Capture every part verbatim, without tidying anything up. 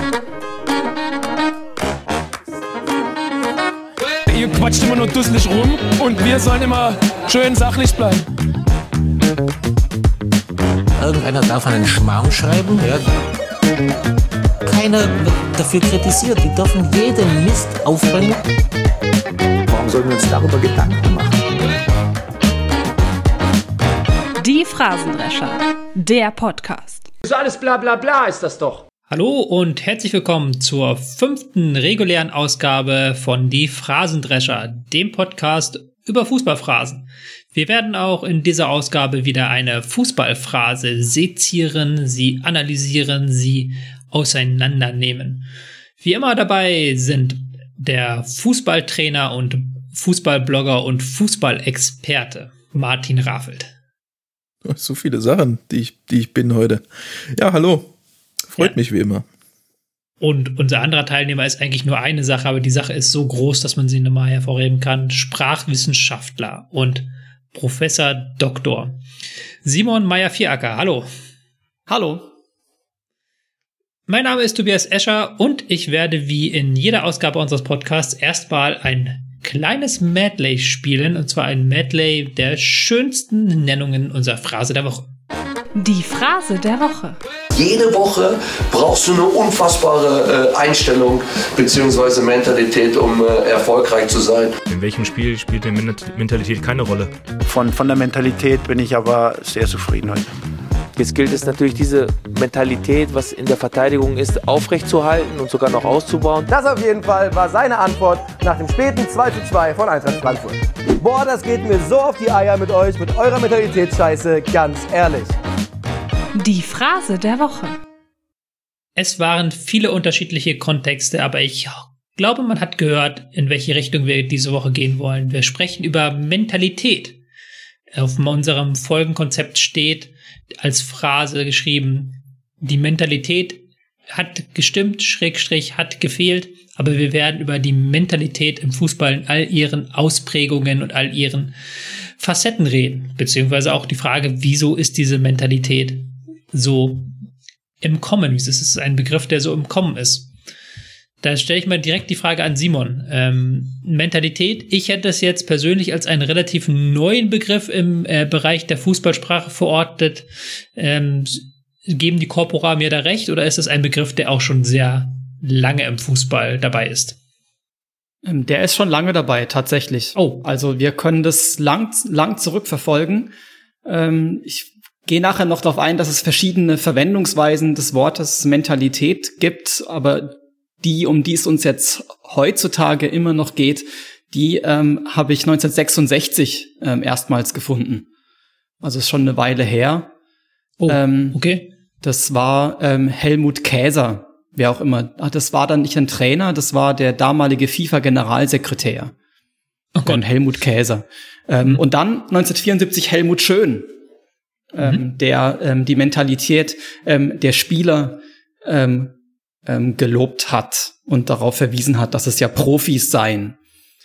Ihr quatscht immer nur dusselig rum und wir sollen immer schön sachlich bleiben. Irgendeiner darf einen Schmarrn schreiben, ja. Keiner wird dafür kritisiert. Die dürfen jeden Mist aufbringen. Warum sollen wir uns darüber Gedanken machen? Die Phrasendrescher, der Podcast. So alles bla bla bla ist das doch. Hallo und herzlich willkommen zur fünften regulären Ausgabe von Die Phrasendrescher, dem Podcast über Fußballphrasen. Wir werden auch in dieser Ausgabe wieder eine Fußballphrase sezieren, sie analysieren, sie auseinandernehmen. Wie immer dabei sind der Fußballtrainer und Fußballblogger und Fußballexperte Martin Rafelt. So viele Sachen, die ich, die ich bin heute. Ja, hallo. Freut ja. mich wie immer. Und unser anderer Teilnehmer ist eigentlich nur eine Sache, aber die Sache ist so groß, dass man sie nochmal hervorheben kann. Sprachwissenschaftler und Professor Doktor Simon Meyer-Vieracker. Hallo. Hallo. Mein Name ist Tobias Escher und ich werde wie in jeder Ausgabe unseres Podcasts erstmal ein kleines Medley spielen, und zwar ein Medley der schönsten Nennungen unserer Phrase der Woche. Die Phrase der Woche. Jede Woche brauchst du eine unfassbare äh, Einstellung bzw. Mentalität, um äh, erfolgreich zu sein. In welchem Spiel spielt die Mentalität keine Rolle? Von, von der Mentalität bin ich aber sehr zufrieden heute. Jetzt gilt es natürlich, diese Mentalität, was in der Verteidigung ist, aufrechtzuerhalten und sogar noch auszubauen. Das auf jeden Fall war seine Antwort nach dem späten zwei zu zwei von Eintracht Frankfurt. Boah, das geht mir so auf die Eier mit euch, mit eurer Mentalitätsscheiße, ganz ehrlich. Die Phrase der Woche. Es waren viele unterschiedliche Kontexte, aber ich glaube, man hat gehört, in welche Richtung wir diese Woche gehen wollen. Wir sprechen über Mentalität. Auf unserem Folgenkonzept steht als Phrase geschrieben, die Mentalität hat gestimmt, Schrägstrich hat gefehlt, aber wir werden über die Mentalität im Fußball in all ihren Ausprägungen und all ihren Facetten reden, beziehungsweise auch die Frage, wieso ist diese Mentalität so im Kommen? Es ist ein Begriff, der so im Kommen ist. Da stelle ich mal direkt die Frage an Simon. Ähm, Mentalität, ich hätte es jetzt persönlich als einen relativ neuen Begriff im äh, Bereich der Fußballsprache verortet. Ähm, geben die Corpora mir da recht, oder ist es ein Begriff, der auch schon sehr lange im Fußball dabei ist? Ähm, der ist schon lange dabei, tatsächlich. Oh. Also wir können das lang, lang zurückverfolgen. Ähm, ich gehe nachher noch darauf ein, dass es verschiedene Verwendungsweisen des Wortes Mentalität gibt, aber die, um die es uns jetzt heutzutage immer noch geht, die ähm, habe ich neunzehnhundertsechsundsechzig ähm, erstmals gefunden. Also ist schon eine Weile her. Oh, ähm, okay. Das war ähm, Helmut Käser, wer auch immer. Ach, das war dann nicht ein Trainer, das war der damalige FIFA-Generalsekretär. Oh Gott. Ähm, Helmut Käser. Ähm, mhm. Und dann neunzehnhundertvierundsiebzig Helmut Schön, ähm, mhm. der ähm, die Mentalität ähm, der Spieler ähm, Ähm, gelobt hat und darauf verwiesen hat, dass es ja Profis seien.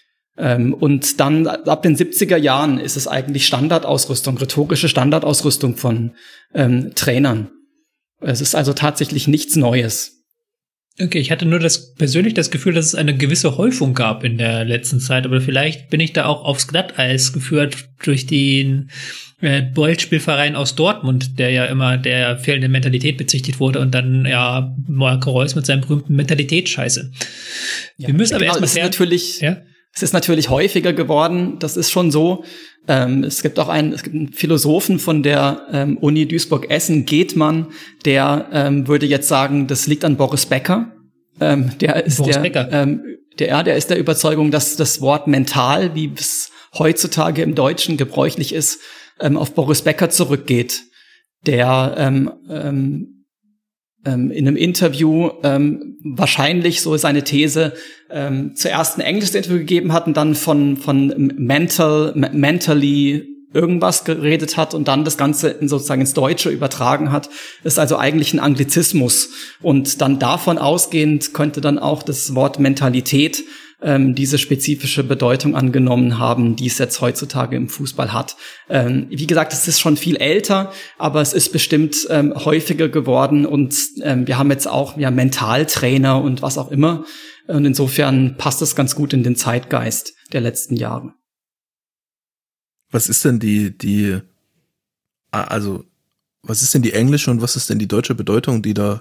Ähm, und dann ab den siebziger Jahren ist es eigentlich Standardausrüstung, rhetorische Standardausrüstung von ähm, Trainern. Es ist also tatsächlich nichts Neues. Okay, ich hatte nur das persönlich das Gefühl, dass es eine gewisse Häufung gab in der letzten Zeit, aber vielleicht bin ich da auch aufs Glatteis geführt durch den äh, Ballspielverein aus Dortmund, der ja immer der fehlenden Mentalität bezichtigt wurde, und dann ja Marco Reus mit seinem berühmten Mentalitätsscheiße. Ja, Wir müssen aber genau, erstmal es ist natürlich, ja? es ist natürlich häufiger geworden. Das ist schon so. Ähm, es gibt auch einen, es gibt einen Philosophen von der ähm, Uni Duisburg-Essen, Gehtmann, der ähm, würde jetzt sagen, das liegt an Boris Becker. Ähm, der ist Boris der, Becker. Ähm, der, der ist der Überzeugung, dass das Wort mental, wie es heutzutage im Deutschen gebräuchlich ist, ähm, auf Boris Becker zurückgeht, der ähm, ähm, ähm, in einem Interview ähm, wahrscheinlich, so ist seine These, ähm, zuerst ein englisches Interview gegeben hat und dann von von mental, mentally irgendwas geredet hat und dann das Ganze in, sozusagen ins Deutsche übertragen hat. Das ist also eigentlich ein Anglizismus. Und dann davon ausgehend könnte dann auch das Wort Mentalität ähm, diese spezifische Bedeutung angenommen haben, die es jetzt heutzutage im Fußball hat. Ähm, wie gesagt, es ist schon viel älter, aber es ist bestimmt ähm, häufiger geworden und ähm, wir haben jetzt auch ja, Mentaltrainer und was auch immer. Und insofern passt es ganz gut in den Zeitgeist der letzten Jahre. Was ist denn die, die, also, was ist denn die englische und was ist denn die deutsche Bedeutung, die da,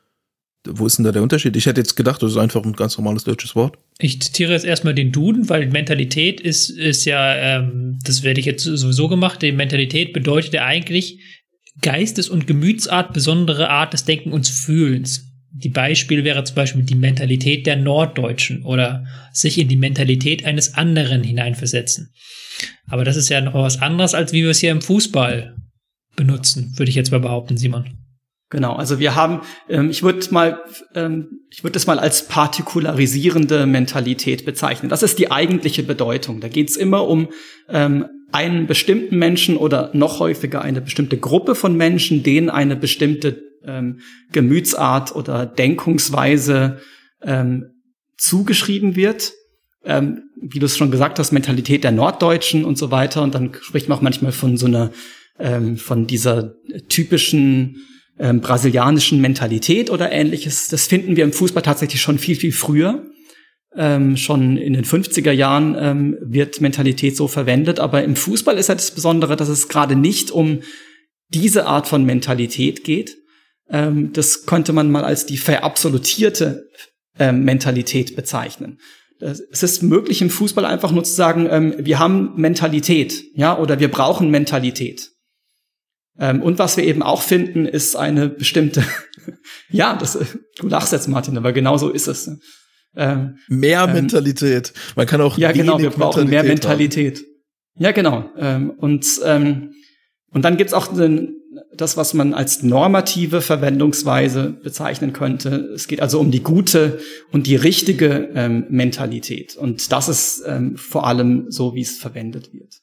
wo ist denn da der Unterschied? Ich hätte jetzt gedacht, das ist einfach ein ganz normales deutsches Wort. Ich zitiere jetzt erstmal den Duden, weil Mentalität ist, ist ja, ähm, das werde ich jetzt sowieso gemacht, die Mentalität bedeutet ja eigentlich Geistes- und Gemütsart, besondere Art des Denken und Fühlens. Die Beispiel wäre zum Beispiel die Mentalität der Norddeutschen oder sich in die Mentalität eines anderen hineinversetzen. Aber das ist ja noch was anderes, als wie wir es hier im Fußball benutzen, würde ich jetzt mal behaupten, Simon. Genau, also wir haben, ähm, ich würde mal, ähm, ich würde das mal als partikularisierende Mentalität bezeichnen. Das ist die eigentliche Bedeutung. Da geht es immer um ähm, einen bestimmten Menschen oder noch häufiger eine bestimmte Gruppe von Menschen, denen eine bestimmte ähm, Gemütsart oder Denkungsweise ähm, zugeschrieben wird. Ähm, wie du es schon gesagt hast, Mentalität der Norddeutschen und so weiter. Und dann spricht man auch manchmal von so einer, ähm, von dieser typischen ähm, brasilianischen Mentalität oder Ähnliches. Das finden wir im Fußball tatsächlich schon viel, viel früher. Ähm, schon in den fünfziger Jahren ähm, wird Mentalität so verwendet. Aber im Fußball ist halt das Besondere, dass es gerade nicht um diese Art von Mentalität geht. Ähm, das könnte man mal als die verabsolutierte ähm, Mentalität bezeichnen. Es ist möglich im Fußball einfach nur zu sagen, ähm, wir haben Mentalität, ja, oder wir brauchen Mentalität. Ähm, und was wir eben auch finden, ist eine bestimmte, ja, das, du lachst jetzt, Martin, aber genau so ist es. Ähm, mehr ähm, Mentalität. Man kann auch ja, genau, wir brauchen mehr Mentalität. Haben. Ja, genau. Ähm, und ähm, und dann gibt's auch den, das, was man als normative Verwendungsweise bezeichnen könnte. Es geht also um die gute und die richtige ähm, Mentalität. Und das ist ähm, vor allem so, wie es verwendet wird.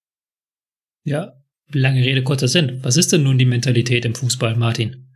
Ja, lange Rede, kurzer Sinn. Was ist denn nun die Mentalität im Fußball, Martin?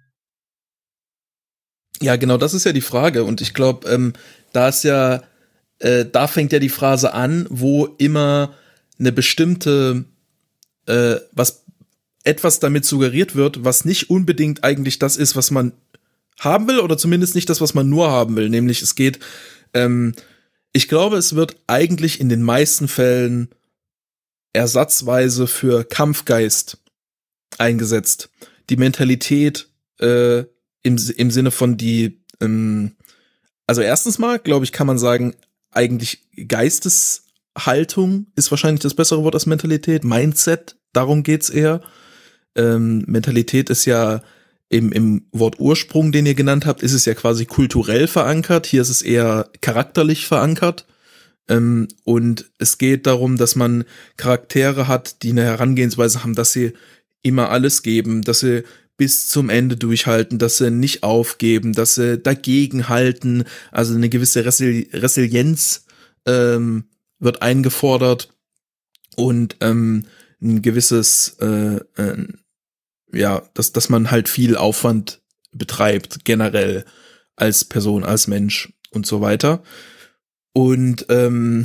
Ja, genau, das ist ja die Frage. Und ich glaube, ähm, da ist ja, äh, da fängt ja die Phrase an, wo immer eine bestimmte, äh, was etwas damit suggeriert wird, was nicht unbedingt eigentlich das ist, was man haben will, oder zumindest nicht das, was man nur haben will. Nämlich es geht, ähm, ich glaube, es wird eigentlich in den meisten Fällen ersatzweise für Kampfgeist eingesetzt. Die Mentalität äh, im, im Sinne von die, ähm, also erstens mal, glaube ich, kann man sagen, eigentlich Geisteshaltung ist wahrscheinlich das bessere Wort als Mentalität. Mindset, darum geht's eher. Ähm, Mentalität ist ja im, im Wort Ursprung, den ihr genannt habt, ist es ja quasi kulturell verankert. Hier ist es eher charakterlich verankert. Ähm, und es geht darum, dass man Charaktere hat, die eine Herangehensweise haben, dass sie immer alles geben, dass sie bis zum Ende durchhalten, dass sie nicht aufgeben, dass sie dagegen halten. Also eine gewisse Resil- Resilienz ähm, wird eingefordert und ähm, ein gewisses äh, äh, ja, dass, dass man halt viel Aufwand betreibt, generell als Person, als Mensch und so weiter. Und ähm,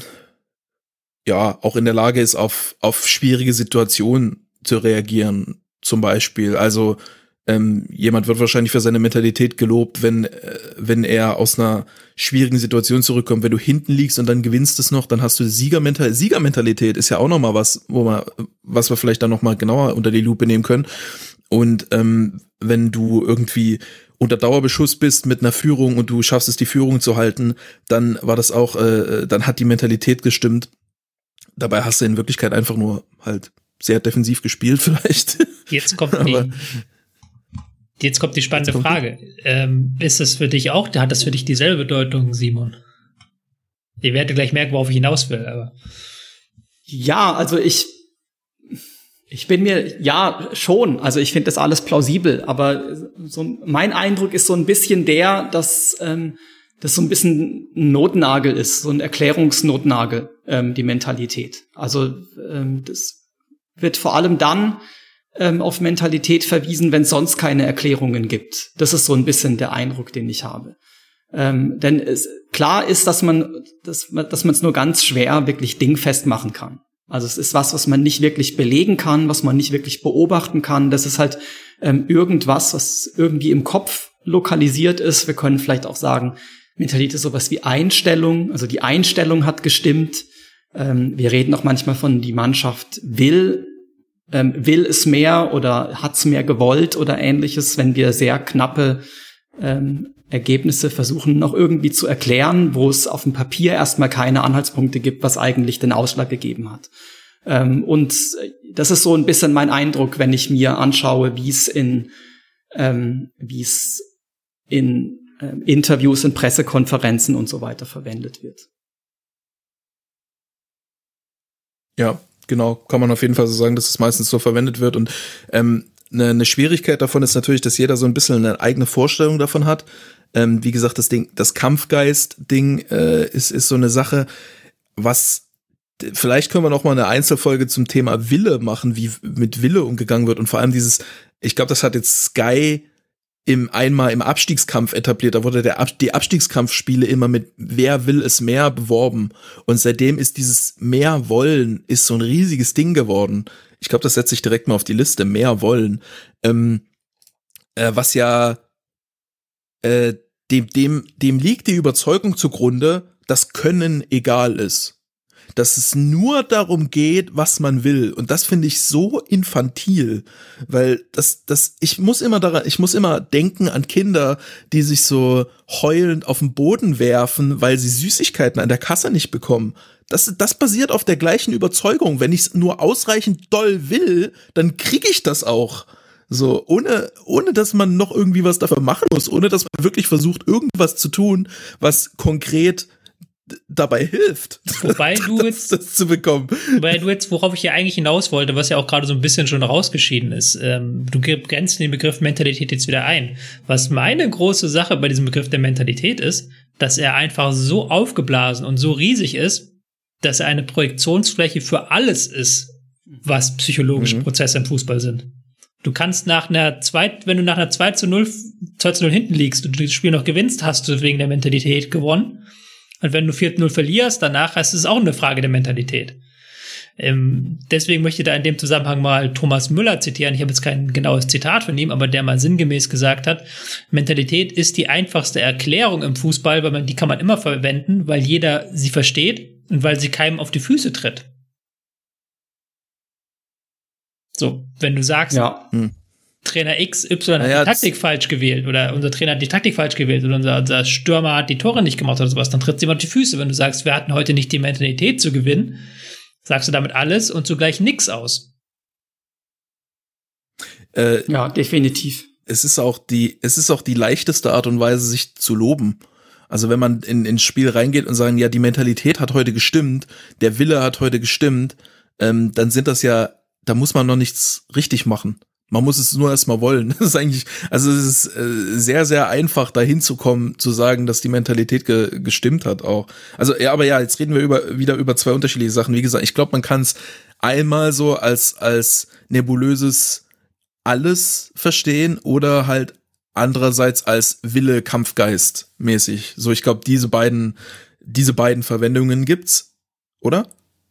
ja, auch in der Lage ist, auf, auf schwierige Situationen zu reagieren, zum Beispiel. Also ähm, jemand wird wahrscheinlich für seine Mentalität gelobt, wenn, äh, wenn er aus einer schwierigen Situation zurückkommt. Wenn du hinten liegst und dann gewinnst es noch, dann hast du Siegermental- Siegermentalität, ist ja auch nochmal was, wo man, was wir vielleicht dann nochmal genauer unter die Lupe nehmen können. Und ähm, wenn du irgendwie unter Dauerbeschuss bist mit einer Führung und du schaffst es, die Führung zu halten, dann war das auch, äh, dann hat die Mentalität gestimmt. Dabei hast du in Wirklichkeit einfach nur halt sehr defensiv gespielt vielleicht. Jetzt kommt die, jetzt kommt die spannende kommt Frage. Ähm, ist das für dich auch, hat das für dich dieselbe Bedeutung, Simon? Ihr werdet gleich merken, worauf ich hinaus will, aber. Ja, also ich Ich bin mir, ja, schon. Also ich finde das alles plausibel. Aber so mein Eindruck ist so ein bisschen der, dass ähm, das so ein bisschen ein Notnagel ist, so ein Erklärungsnotnagel, ähm, die Mentalität. Also ähm, das wird vor allem dann ähm, auf Mentalität verwiesen, wenn es sonst keine Erklärungen gibt. Das ist so ein bisschen der Eindruck, den ich habe. Ähm, denn es, klar ist, dass man dass, dass man es nur ganz schwer wirklich dingfest machen kann. Also es ist was, was man nicht wirklich belegen kann, was man nicht wirklich beobachten kann. Das ist halt ähm, irgendwas, was irgendwie im Kopf lokalisiert ist. Wir können vielleicht auch sagen, Mentalität ist sowas wie Einstellung. Also die Einstellung hat gestimmt. Ähm, wir reden auch manchmal von, die Mannschaft will, ähm, will es mehr oder hat es mehr gewollt oder ähnliches, wenn wir sehr knappe ähm, Ergebnisse versuchen noch irgendwie zu erklären, wo es auf dem Papier erstmal keine Anhaltspunkte gibt, was eigentlich den Ausschlag gegeben hat. Ähm, und das ist so ein bisschen mein Eindruck, wenn ich mir anschaue, wie es in ähm, wie es in ähm, Interviews, in Pressekonferenzen und so weiter verwendet wird. Ja, genau, kann man auf jeden Fall so sagen, dass es meistens so verwendet wird. Und ähm, eine, eine Schwierigkeit davon ist natürlich, dass jeder so ein bisschen eine eigene Vorstellung davon hat. Ähm, wie gesagt, das Ding, das Kampfgeist-Ding äh, ist, ist so eine Sache, was, vielleicht können wir noch mal eine Einzelfolge zum Thema Wille machen, wie mit Wille umgegangen wird und vor allem dieses, ich glaube, das hat jetzt Sky im einmal im Abstiegskampf etabliert, da wurde der Ab- die Abstiegskampfspiele immer mit wer will es mehr beworben und seitdem ist dieses mehr wollen ist so ein riesiges Ding geworden. Ich glaube, das setze ich direkt mal auf die Liste, mehr wollen, ähm, äh, was ja Äh, dem, dem, dem liegt die Überzeugung zugrunde, dass Können egal ist. Dass es nur darum geht, was man will. Und das finde ich so infantil, weil das, das, ich muss immer daran, ich muss immer denken an Kinder, die sich so heulend auf den Boden werfen, weil sie Süßigkeiten an der Kasse nicht bekommen. Das, das basiert auf der gleichen Überzeugung. Wenn ich es nur ausreichend doll will, dann kriege ich das auch. So, ohne, ohne dass man noch irgendwie was dafür machen muss, ohne dass man wirklich versucht, irgendwas zu tun, was konkret d- dabei hilft. Wobei du jetzt, das, das zu bekommen. Wobei du jetzt, worauf ich ja eigentlich hinaus wollte, was ja auch gerade so ein bisschen schon rausgeschieden ist, ähm, du grenzt den Begriff Mentalität jetzt wieder ein. Was meine große Sache bei diesem Begriff der Mentalität ist, dass er einfach so aufgeblasen und so riesig ist, dass er eine Projektionsfläche für alles ist, was psychologische mhm. Prozesse im Fußball sind. Du kannst nach einer zweit, wenn du nach einer zwei zu null hinten liegst und du das Spiel noch gewinnst, hast du wegen der Mentalität gewonnen. Und wenn du vier zu null verlierst, danach ist es auch eine Frage der Mentalität. Ähm, deswegen möchte ich da in dem Zusammenhang mal Thomas Müller zitieren. Ich habe jetzt kein genaues Zitat von ihm, aber der mal sinngemäß gesagt hat, Mentalität ist die einfachste Erklärung im Fußball, weil man, die kann man immer verwenden, weil jeder sie versteht und weil sie keinem auf die Füße tritt. So, wenn du sagst, ja. hm. Trainer X Y hat ja, die Taktik falsch gewählt oder unser Trainer hat die Taktik falsch gewählt oder unser, unser Stürmer hat die Tore nicht gemacht oder sowas, dann tritt jemand auf die Füße. Wenn du sagst, wir hatten heute nicht die Mentalität zu gewinnen, sagst du damit alles und zugleich nix aus. Äh, ja, definitiv. Es ist auch die, es ist auch die leichteste Art und Weise, sich zu loben. Also wenn man in ins Spiel reingeht und sagen, ja, die Mentalität hat heute gestimmt, der Wille hat heute gestimmt, ähm, dann sind das ja, da muss man noch nichts richtig machen. Man muss es nur erstmal wollen. Das ist eigentlich, also es ist äh, sehr, sehr einfach, da hinzukommen, zu sagen, dass die Mentalität ge- gestimmt hat auch. Also, ja, aber ja, jetzt reden wir über, wieder über zwei unterschiedliche Sachen. Wie gesagt, ich glaube, man kann es einmal so als, als nebulöses Alles verstehen oder halt andererseits als Wille, Kampfgeist mäßig. So, ich glaube, diese beiden, diese beiden Verwendungen gibt's, oder?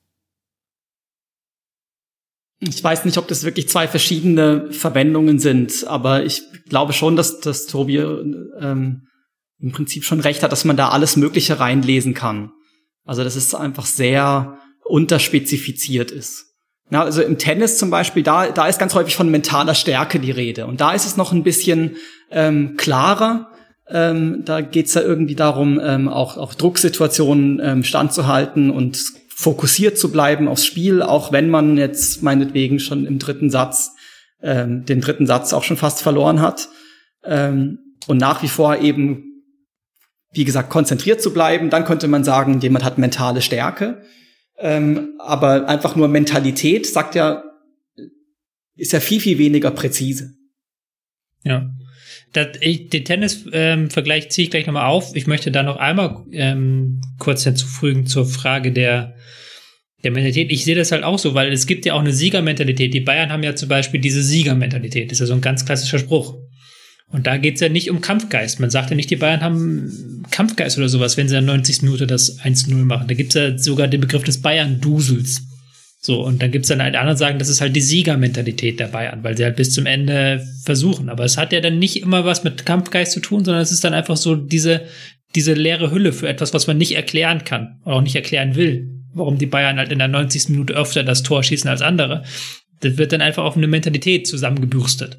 Ich weiß nicht, ob das wirklich zwei verschiedene Verwendungen sind, aber ich glaube schon, dass, dass Tobi ähm, im Prinzip schon recht hat, dass man da alles Mögliche reinlesen kann. Also dass es einfach sehr unterspezifiziert ist. Na, also im Tennis zum Beispiel, da, da ist ganz häufig von mentaler Stärke die Rede. Und da ist es noch ein bisschen ähm, klarer. Ähm, da geht's ja irgendwie darum, ähm, auch, auch Drucksituationen ähm, standzuhalten und fokussiert zu bleiben aufs Spiel, auch wenn man jetzt meinetwegen schon im dritten Satz, ähm, den dritten Satz auch schon fast verloren hat. Ähm, und nach wie vor eben, wie gesagt, konzentriert zu bleiben. Dann könnte man sagen, jemand hat mentale Stärke. Ähm, aber einfach nur Mentalität sagt ja, ist ja viel, viel weniger präzise. Ja. Das, ich, den Tennis-Vergleich ähm, ziehe ich gleich nochmal auf. Ich möchte da noch einmal ähm, kurz hinzufügen zur Frage der, der Mentalität. Ich sehe das halt auch so, weil es gibt ja auch eine Siegermentalität. Die Bayern haben ja zum Beispiel diese Siegermentalität. Das ist ja so ein ganz klassischer Spruch. Und da geht's ja nicht um Kampfgeist. Man sagt ja nicht, die Bayern haben Kampfgeist oder sowas, wenn sie in der neunzigsten Minute das eins zu null machen. Da gibt's ja sogar den Begriff des Bayern-Dusels. So, und dann gibt's dann halt andere, sagen, das ist halt die Siegermentalität der Bayern, weil sie halt bis zum Ende versuchen. Aber es hat ja dann nicht immer was mit Kampfgeist zu tun, sondern es ist dann einfach so diese, diese leere Hülle für etwas, was man nicht erklären kann oder auch nicht erklären will. Warum die Bayern halt in der neunzigsten Minute öfter das Tor schießen als andere. Das wird dann einfach auf eine Mentalität zusammengebürstet.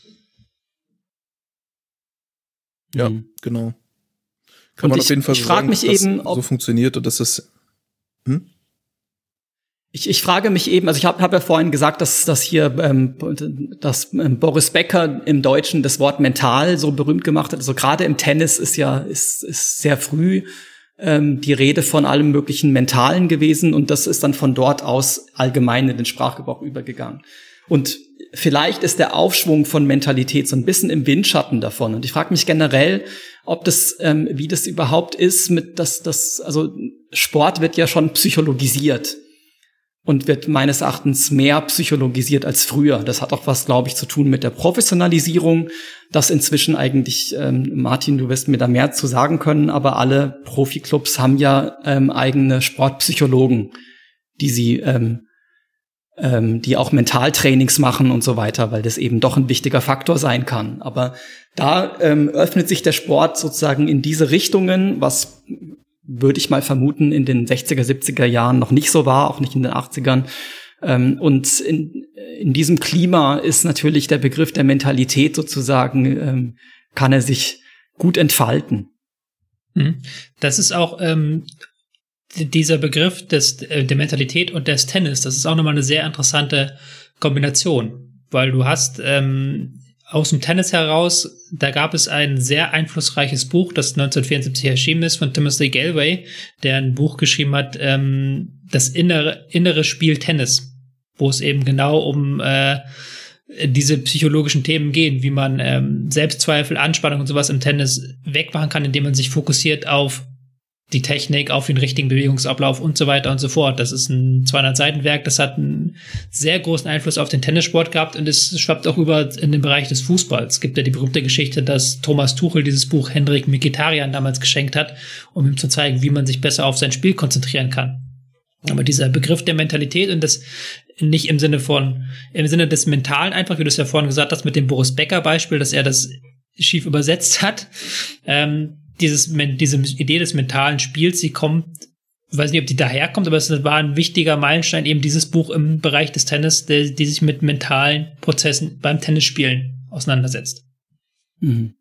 Ja, Mhm. genau. Kann Und man ich- auf jeden Fall ich so frag sagen, mich dass das eben, ob- so funktioniert und dass das. Hm? Ich, ich frage mich eben, also ich habe hab ja vorhin gesagt, dass, dass hier ähm, dass ähm, Boris Becker im Deutschen das Wort mental so berühmt gemacht hat. Also gerade im Tennis ist ja ist, ist sehr früh ähm, die Rede von allem möglichen Mentalen gewesen und das ist dann von dort aus allgemein in den Sprachgebrauch übergegangen. Und vielleicht ist der Aufschwung von Mentalität so ein bisschen im Windschatten davon. Und ich frage mich generell, ob das, ähm, wie das überhaupt ist, mit das, das, also Sport wird ja schon psychologisiert. Und wird meines Erachtens mehr psychologisiert als früher. Das hat auch was, glaube ich, zu tun mit der Professionalisierung, dass inzwischen eigentlich, ähm, Martin, du wirst mir da mehr zu sagen können, aber alle Profiklubs haben ja ähm, eigene Sportpsychologen, die sie, ähm, ähm, die auch Mentaltrainings machen und so weiter, weil das eben doch ein wichtiger Faktor sein kann. Aber da ähm, öffnet sich der Sport sozusagen in diese Richtungen, was würde ich mal vermuten, in den sechziger, siebziger Jahren noch nicht so war, auch nicht in den achtzigern. Ähm, und in, in diesem Klima ist natürlich der Begriff der Mentalität sozusagen, ähm, kann er sich gut entfalten. Das ist auch ähm, dieser Begriff des, äh, der Mentalität und des Tennis. Das ist auch nochmal eine sehr interessante Kombination, weil du hast ähm, aus dem Tennis heraus, da gab es ein sehr einflussreiches Buch, das neunzehnhundertvierundsiebzig erschienen ist, von Timothy Galway, der ein Buch geschrieben hat, ähm, das innere, innere Spiel Tennis, wo es eben genau um äh, diese psychologischen Themen gehen, wie man ähm, Selbstzweifel, Anspannung und sowas im Tennis wegmachen kann, indem man sich fokussiert auf die Technik, auf den richtigen Bewegungsablauf und so weiter und so fort. Das ist ein zweihundert-Seiten-Werk, das hat einen sehr großen Einfluss auf den Tennissport gehabt und es schwappt auch über in den Bereich des Fußballs. Es gibt ja die berühmte Geschichte, dass Thomas Tuchel dieses Buch Henrik Mkhitaryan damals geschenkt hat, um ihm zu zeigen, wie man sich besser auf sein Spiel konzentrieren kann. Aber dieser Begriff der Mentalität und das nicht im Sinne von, im Sinne des Mentalen einfach, wie du es ja vorhin gesagt hast, mit dem Boris Becker Beispiel, dass er das schief übersetzt hat, ähm, Dieses, diese Idee des mentalen Spiels, sie kommt, ich weiß nicht, ob die daherkommt, aber es war ein wichtiger Meilenstein, eben dieses Buch im Bereich des Tennis, der, die sich mit mentalen Prozessen beim Tennisspielen auseinandersetzt. Mhm.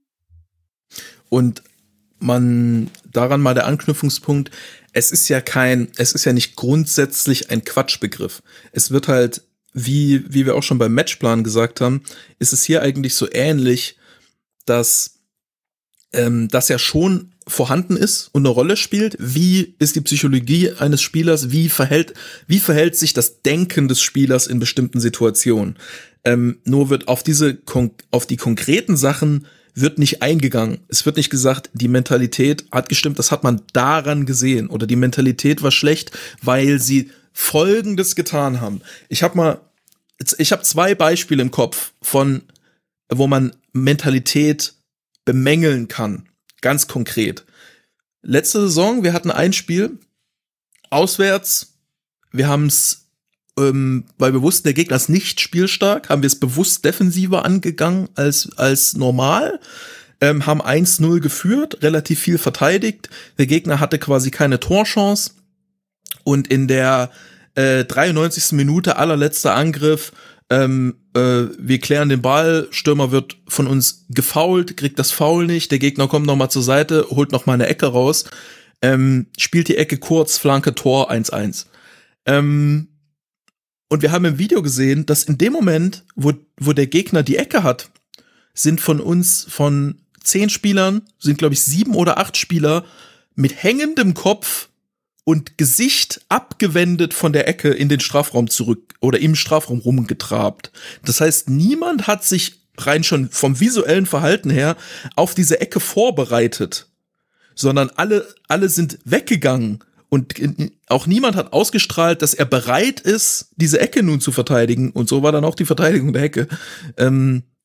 Und man, daran mal der Anknüpfungspunkt, es ist ja kein, es ist ja nicht grundsätzlich ein Quatschbegriff. Es wird halt, wie, wie wir auch schon beim Matchplan gesagt haben, ist es hier eigentlich so ähnlich, dass ähm, das ja schon vorhanden ist und eine Rolle spielt. Wie ist die Psychologie eines Spielers? Wie verhält, wie verhält sich das Denken des Spielers in bestimmten Situationen? Ähm, nur wird auf diese, auf die konkreten Sachen wird nicht eingegangen. Es wird nicht gesagt, die Mentalität hat gestimmt, das hat man daran gesehen. Oder die Mentalität war schlecht, weil sie Folgendes getan haben. Ich habe mal, ich habe zwei Beispiele im Kopf von, wo man Mentalität bemängeln kann. Ganz konkret. Letzte Saison, wir hatten ein Spiel auswärts. Wir haben es, ähm, weil wir wussten, der Gegner ist nicht spielstark, haben wir es bewusst defensiver angegangen als, als normal. Ähm, haben eins null geführt, relativ viel verteidigt. Der Gegner hatte quasi keine Torchance. Und in der äh, dreiundneunzigsten Minute, allerletzter Angriff, Ähm, äh, wir klären den Ball, Stürmer wird von uns gefoult, kriegt das Foul nicht, der Gegner kommt nochmal zur Seite, holt noch mal eine Ecke raus, ähm, spielt die Ecke kurz, Flanke, Tor, eins eins. Ähm, und wir haben im Video gesehen, dass in dem Moment, wo, wo der Gegner die Ecke hat, sind von uns, von zehn Spielern, sind glaube ich sieben oder acht Spieler mit hängendem Kopf und Gesicht abgewendet von der Ecke in den Strafraum zurück oder im Strafraum rumgetrabt. Das heißt, niemand hat sich rein schon vom visuellen Verhalten her auf diese Ecke vorbereitet, sondern alle, alle sind weggegangen und auch niemand hat ausgestrahlt, dass er bereit ist, diese Ecke nun zu verteidigen und so war dann auch die Verteidigung der Ecke. Ähm,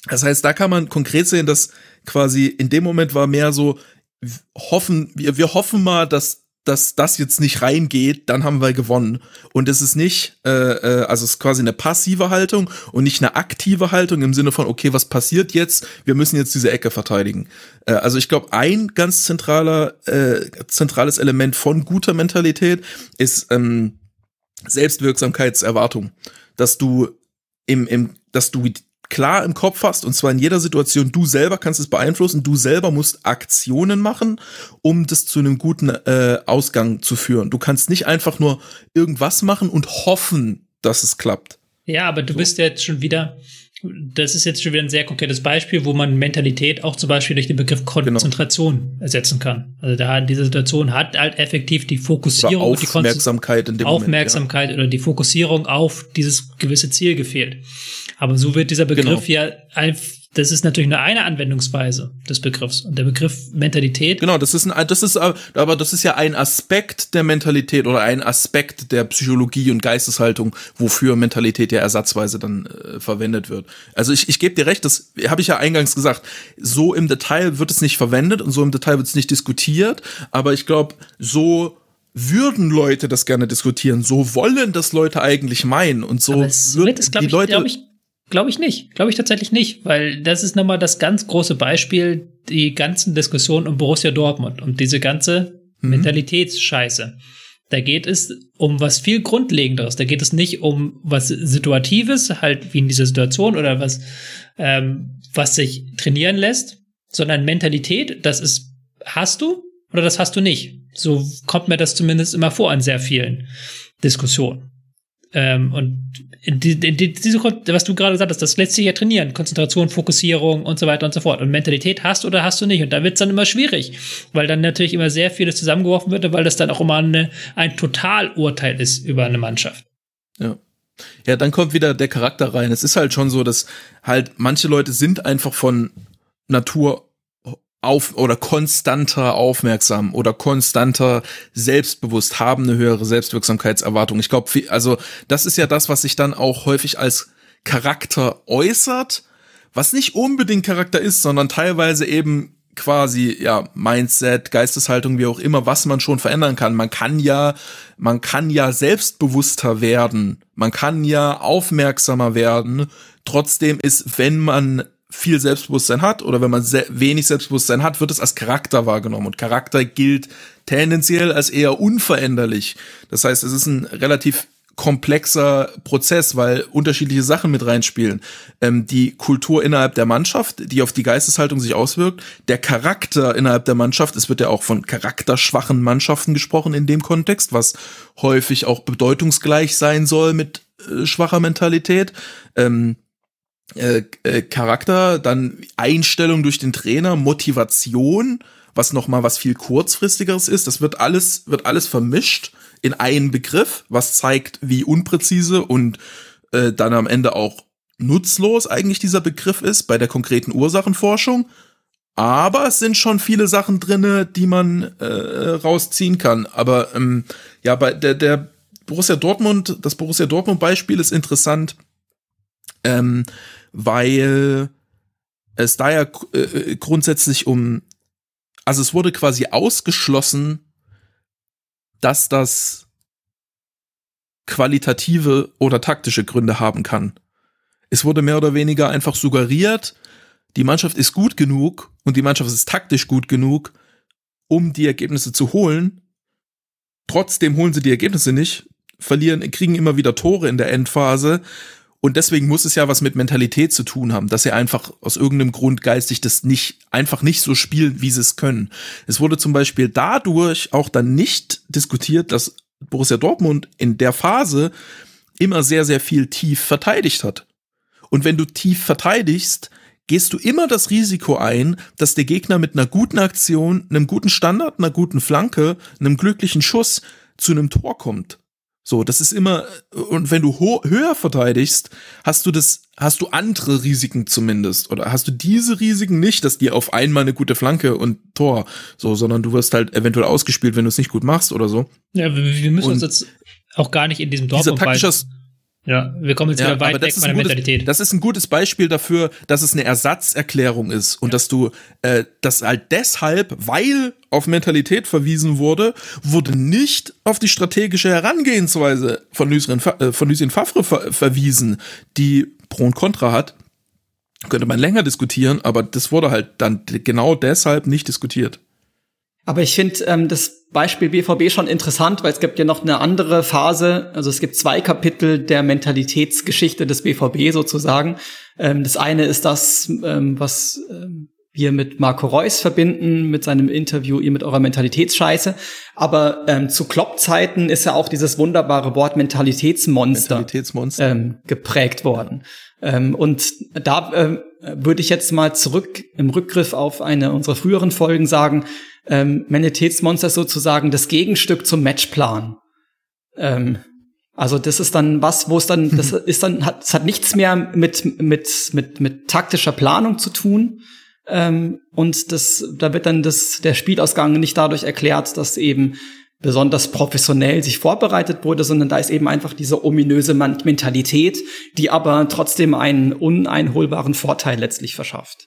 Das heißt, da kann man konkret sehen, dass quasi in dem Moment war mehr so, hoffen, wir, wir hoffen mal, dass dass das jetzt nicht reingeht, dann haben wir gewonnen. Und es ist nicht, äh, äh, also es ist quasi eine passive Haltung und nicht eine aktive Haltung im Sinne von, okay, was passiert jetzt? Wir müssen jetzt diese Ecke verteidigen. Äh, also ich glaube, ein ganz zentraler, äh, zentrales Element von guter Mentalität ist ähm, Selbstwirksamkeitserwartung. Dass du im, im, dass du klar im Kopf hast, und zwar in jeder Situation, du selber kannst es beeinflussen, du selber musst Aktionen machen, um das zu einem guten äh, Ausgang zu führen. Du kannst nicht einfach nur irgendwas machen und hoffen, dass es klappt. Ja, aber du so. bist jetzt schon wieder, das ist jetzt schon wieder ein sehr konkretes Beispiel, wo man Mentalität auch zum Beispiel durch den Begriff Konzentration genau. ersetzen kann. Also da diese Situation hat halt effektiv die Fokussierung, oder Aufmerksamkeit die in dem Aufmerksamkeit Moment, ja. oder die Fokussierung auf dieses gewisse Ziel gefehlt. Aber so wird dieser Begriff genau. ja, ein, das ist natürlich nur eine Anwendungsweise des Begriffs. Und der Begriff Mentalität. Genau, das ist ein, das ist, aber das ist ja ein Aspekt der Mentalität oder ein Aspekt der Psychologie und Geisteshaltung, wofür Mentalität ja ersatzweise dann äh, verwendet wird. Also ich, ich gebe dir recht, das habe ich ja eingangs gesagt. So im Detail wird es nicht verwendet und so im Detail wird es nicht diskutiert. Aber ich glaube, so würden Leute das gerne diskutieren. So wollen das Leute eigentlich meinen und so. Aber es wird es, glaube ich, glaube ich. Glaube ich nicht. Glaube ich tatsächlich nicht, weil das ist nochmal das ganz große Beispiel, die ganzen Diskussionen um Borussia Dortmund und diese ganze mhm. Mentalitätsscheiße. Da geht es um was viel Grundlegenderes. Da geht es nicht um was Situatives, halt wie in dieser Situation oder was, ähm, was sich trainieren lässt, sondern Mentalität, das ist, hast du oder das hast du nicht. So kommt mir das zumindest immer vor an sehr vielen Diskussionen. Ähm, und die, die, die, diese, was du gerade sagtest, das lässt sich ja trainieren. Konzentration, Fokussierung und so weiter und so fort. Und Mentalität hast oder hast du nicht. Und da wird es dann immer schwierig, weil dann natürlich immer sehr vieles zusammengeworfen wird, weil das dann auch immer eine, ein Totalurteil ist über eine Mannschaft. Ja. Ja, dann kommt wieder der Charakter rein. Es ist halt schon so, dass halt manche Leute sind einfach von Natur auf oder konstanter aufmerksam oder konstanter selbstbewusst, haben eine höhere Selbstwirksamkeitserwartung. Ich glaube, also das ist ja das, was sich dann auch häufig als Charakter äußert, was nicht unbedingt Charakter ist, sondern teilweise eben quasi, ja, Mindset, Geisteshaltung, wie auch immer, was man schon verändern kann. Man kann ja, man kann ja selbstbewusster werden. Man kann ja aufmerksamer werden. Trotzdem ist, wenn man viel Selbstbewusstsein hat oder wenn man se- wenig Selbstbewusstsein hat, wird es als Charakter wahrgenommen. Und Charakter gilt tendenziell als eher unveränderlich. Das heißt, es ist ein relativ komplexer Prozess, weil unterschiedliche Sachen mit reinspielen. Ähm, die Kultur innerhalb der Mannschaft, die auf die Geisteshaltung sich auswirkt, der Charakter innerhalb der Mannschaft, es wird ja auch von charakterschwachen Mannschaften gesprochen in dem Kontext, was häufig auch bedeutungsgleich sein soll mit äh, schwacher Mentalität. Ähm, Äh, äh, Charakter, dann Einstellung durch den Trainer, Motivation, was noch mal was viel kurzfristigeres ist. Das wird alles wird alles vermischt in einen Begriff, was zeigt, wie unpräzise und äh, dann am Ende auch nutzlos eigentlich dieser Begriff ist bei der konkreten Ursachenforschung. Aber es sind schon viele Sachen drinne, die man äh, rausziehen kann. Aber ähm, ja, bei der der Borussia Dortmund, das Borussia Dortmund Beispiel ist interessant. Ähm, weil es da ja äh, grundsätzlich um, also es wurde quasi ausgeschlossen, dass das qualitative oder taktische Gründe haben kann. Es wurde mehr oder weniger einfach suggeriert, die Mannschaft ist gut genug und die Mannschaft ist taktisch gut genug, um die Ergebnisse zu holen. Trotzdem holen sie die Ergebnisse nicht, verlieren, kriegen immer wieder Tore in der Endphase. Und deswegen muss es ja was mit Mentalität zu tun haben, dass sie einfach aus irgendeinem Grund geistig das nicht, einfach nicht so spielen, wie sie es können. Es wurde zum Beispiel dadurch auch dann nicht diskutiert, dass Borussia Dortmund in der Phase immer sehr, sehr viel tief verteidigt hat. Und wenn du tief verteidigst, gehst du immer das Risiko ein, dass der Gegner mit einer guten Aktion, einem guten Standard, einer guten Flanke, einem glücklichen Schuss zu einem Tor kommt. So, das ist immer, und wenn du ho- höher verteidigst, hast du das, hast du andere Risiken zumindest, oder hast du diese Risiken nicht, dass dir auf einmal eine gute Flanke und Tor, so, sondern du wirst halt eventuell ausgespielt, wenn du es nicht gut machst oder so. Ja, wir, wir müssen und uns jetzt auch gar nicht in diesem Dortmund taktische, Ja, wir kommen jetzt Ja, wieder weit aber weg das ist von der ein gutes, Mentalität. Das ist ein gutes Beispiel dafür, dass es eine Ersatzerklärung ist und dass du, äh, dass halt deshalb, weil auf Mentalität verwiesen wurde, wurde nicht auf die strategische Herangehensweise von Lucien, äh, von Lucien Favre ver verwiesen, die Pro und Contra hat. Könnte man länger diskutieren, aber das wurde halt dann genau deshalb nicht diskutiert. Aber ich finde ähm, das Beispiel B V B schon interessant, weil es gibt ja noch eine andere Phase. Also es gibt zwei Kapitel der Mentalitätsgeschichte des B V B sozusagen. Ähm, das eine ist das, ähm, was ähm, wir mit Marco Reus verbinden, mit seinem Interview, ihr mit eurer Mentalitätsscheiße. Aber ähm, zu Klopp-Zeiten ist ja auch dieses wunderbare Wort Mentalitätsmonster, Mentalitätsmonster. Ähm, geprägt worden. Ähm, und da ähm, würde ich jetzt mal zurück im Rückgriff auf eine unserer früheren Folgen sagen, ähm, Mentalitätsmonster ist sozusagen das Gegenstück zum Matchplan. Ähm, also das ist dann was, wo es dann, das ist dann, hat, es hat nichts mehr mit mit mit mit taktischer Planung zu tun. Ähm, und das, da wird dann das der Spielausgang nicht dadurch erklärt, dass eben besonders professionell sich vorbereitet wurde, sondern da ist eben einfach diese ominöse Mentalität, die aber trotzdem einen uneinholbaren Vorteil letztlich verschafft.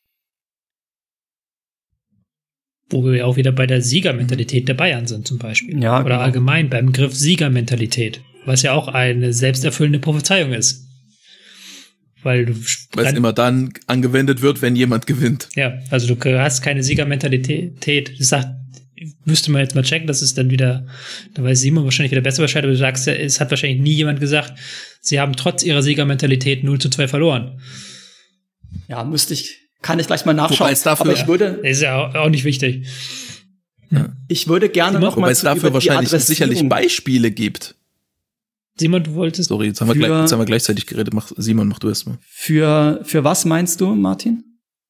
Wo wir ja auch wieder bei der Siegermentalität der Bayern sind zum Beispiel. Ja, Oder genau. allgemein beim Begriff Siegermentalität, was ja auch eine selbsterfüllende Prophezeiung ist. Weil du Weil es immer dann angewendet wird, wenn jemand gewinnt. Ja, also du hast keine Siegermentalität. Das sagt, müsste man jetzt mal checken, das ist dann wieder, da weiß Simon wahrscheinlich wieder besser Bescheid, aber du sagst ja, es hat wahrscheinlich nie jemand gesagt, sie haben trotz ihrer Siegermentalität null zu zwei verloren. Ja, müsste ich, kann ich gleich mal nachschauen. Wobei es dafür, aber ich würde, ist ja auch, auch nicht wichtig. Ja. Ich würde gerne noch Wobei mal es zu, dafür über die wahrscheinlich sicherlich Adressierung- Beispiele gibt. Simon, du wolltest. Sorry, jetzt haben wir, Für- gleich, jetzt haben wir gleichzeitig geredet. Mach, Simon, mach du erst mal. Für, für was meinst du, Martin?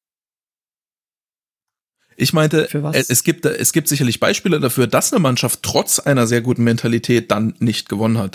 Ich meinte, Für was? es es gibt, es gibt sicherlich Beispiele dafür, dass eine Mannschaft trotz einer sehr guten Mentalität dann nicht gewonnen hat.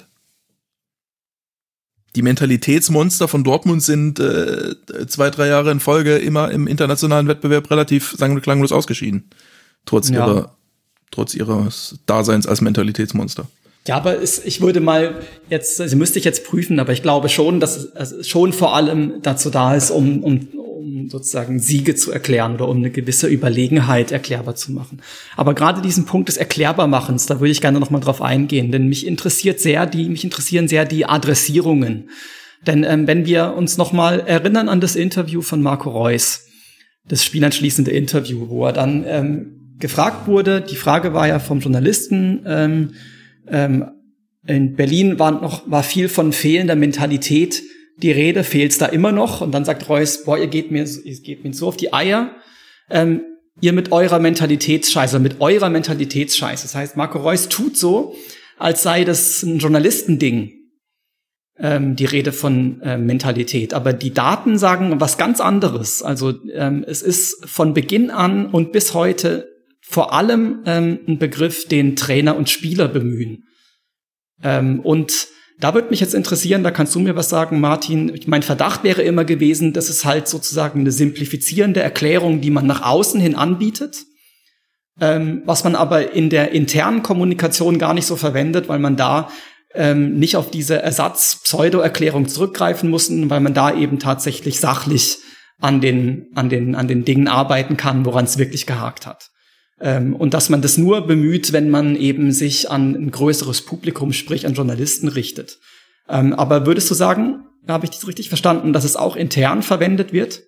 Die Mentalitätsmonster von Dortmund sind äh, zwei, drei Jahre in Folge immer im internationalen Wettbewerb relativ sang- und klanglos ausgeschieden. Trotz Ja. ihrer, trotz ihres Daseins als Mentalitätsmonster. Ja, aber es, ich würde mal jetzt, also müsste ich jetzt prüfen, aber ich glaube schon, dass es also schon vor allem dazu da ist, um, um, um sozusagen Siege zu erklären oder um eine gewisse Überlegenheit erklärbar zu machen. Aber gerade diesen Punkt des Erklärbarmachens, da würde ich gerne noch mal drauf eingehen, denn mich interessiert sehr die, mich interessieren sehr die Adressierungen. Denn ähm, wenn wir uns noch mal erinnern an das Interview von Marco Reus, das spielanschließende Interview, wo er dann ähm, gefragt wurde, die Frage war ja vom Journalisten, ähm, Ähm, in Berlin war noch war viel von fehlender Mentalität die Rede, fehlt's da immer noch? Und dann sagt Reus, boah, ihr geht mir, ihr geht mir so auf die Eier, ähm, ihr mit eurer Mentalitätsscheiße, mit eurer Mentalitätsscheiße. Das heißt, Marco Reus tut so, als sei das ein Journalistending, ähm, die Rede von äh, Mentalität. Aber die Daten sagen was ganz anderes. Also ähm, es ist von Beginn an und bis heute vor allem ähm, ein Begriff, den Trainer und Spieler bemühen. Ähm, und da würde mich jetzt interessieren, da kannst du mir was sagen, Martin. Mein Verdacht wäre immer gewesen, dass es halt sozusagen eine simplifizierende Erklärung, die man nach außen hin anbietet, ähm, was man aber in der internen Kommunikation gar nicht so verwendet, weil man da ähm, nicht auf diese Ersatz-Pseudo-Erklärung zurückgreifen muss, weil man da eben tatsächlich sachlich an den, an den, an den Dingen arbeiten kann, woran es wirklich gehakt hat. Ähm, und dass man das nur bemüht, wenn man eben sich an ein größeres Publikum, sprich an Journalisten richtet. Ähm, aber würdest du sagen, habe ich das richtig verstanden, dass es auch intern verwendet wird?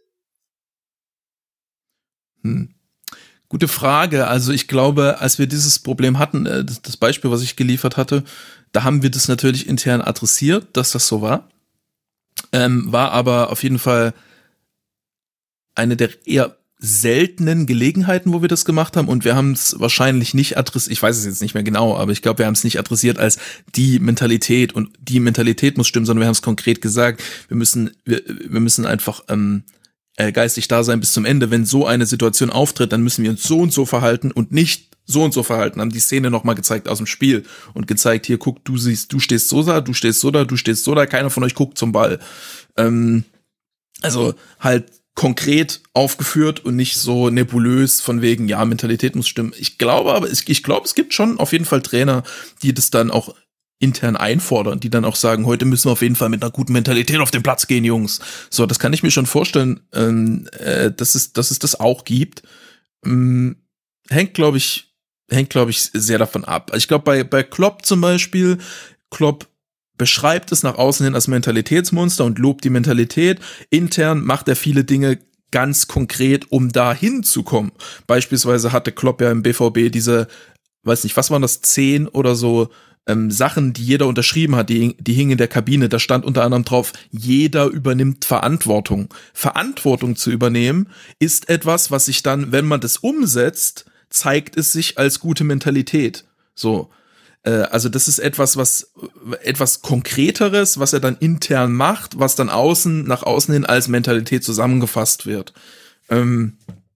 Hm. Gute Frage. Also ich glaube, als wir dieses Problem hatten, äh, das, das Beispiel, was ich geliefert hatte, da haben wir das natürlich intern adressiert, dass das so war. Ähm, war aber auf jeden Fall eine der eher seltenen Gelegenheiten, wo wir das gemacht haben, und wir haben es wahrscheinlich nicht adressiert, ich weiß es jetzt nicht mehr genau, aber ich glaube, wir haben es nicht adressiert als die Mentalität und die Mentalität muss stimmen, sondern wir haben es konkret gesagt, wir müssen wir, wir müssen einfach ähm, äh, geistig da sein bis zum Ende. Wenn so eine Situation auftritt, dann müssen wir uns so und so verhalten und nicht so und so verhalten. Haben die Szene nochmal gezeigt aus dem Spiel und gezeigt, hier, guck, du siehst, du stehst so da, du stehst so da, du stehst so da, keiner von euch guckt zum Ball. Ähm, also halt konkret aufgeführt und nicht so nebulös von wegen, ja, Mentalität muss stimmen. Ich glaube aber, ich, ich glaube, es gibt schon auf jeden Fall Trainer, die das dann auch intern einfordern, die dann auch sagen, heute müssen wir auf jeden Fall mit einer guten Mentalität auf den Platz gehen, Jungs. So, das kann ich mir schon vorstellen, ähm, äh, dass es, dass es das auch gibt. Ähm, hängt, glaube ich, hängt, glaube ich, sehr davon ab. Ich glaube, bei, bei Klopp zum Beispiel, Klopp beschreibt es nach außen hin als Mentalitätsmonster und lobt die Mentalität. Intern macht er viele Dinge ganz konkret, um da hinzukommen. Beispielsweise hatte Klopp ja im B V B diese, weiß nicht, was waren das, zehn oder so Ähm, Sachen, die jeder unterschrieben hat, die, die hingen in der Kabine, da stand unter anderem drauf, jeder übernimmt Verantwortung. Verantwortung zu übernehmen ist etwas, was sich dann, wenn man das umsetzt, zeigt es sich als gute Mentalität. So, äh, also das ist etwas, was etwas Konkreteres, was er dann intern macht, was dann außen, nach außen hin als Mentalität zusammengefasst wird. Ähm,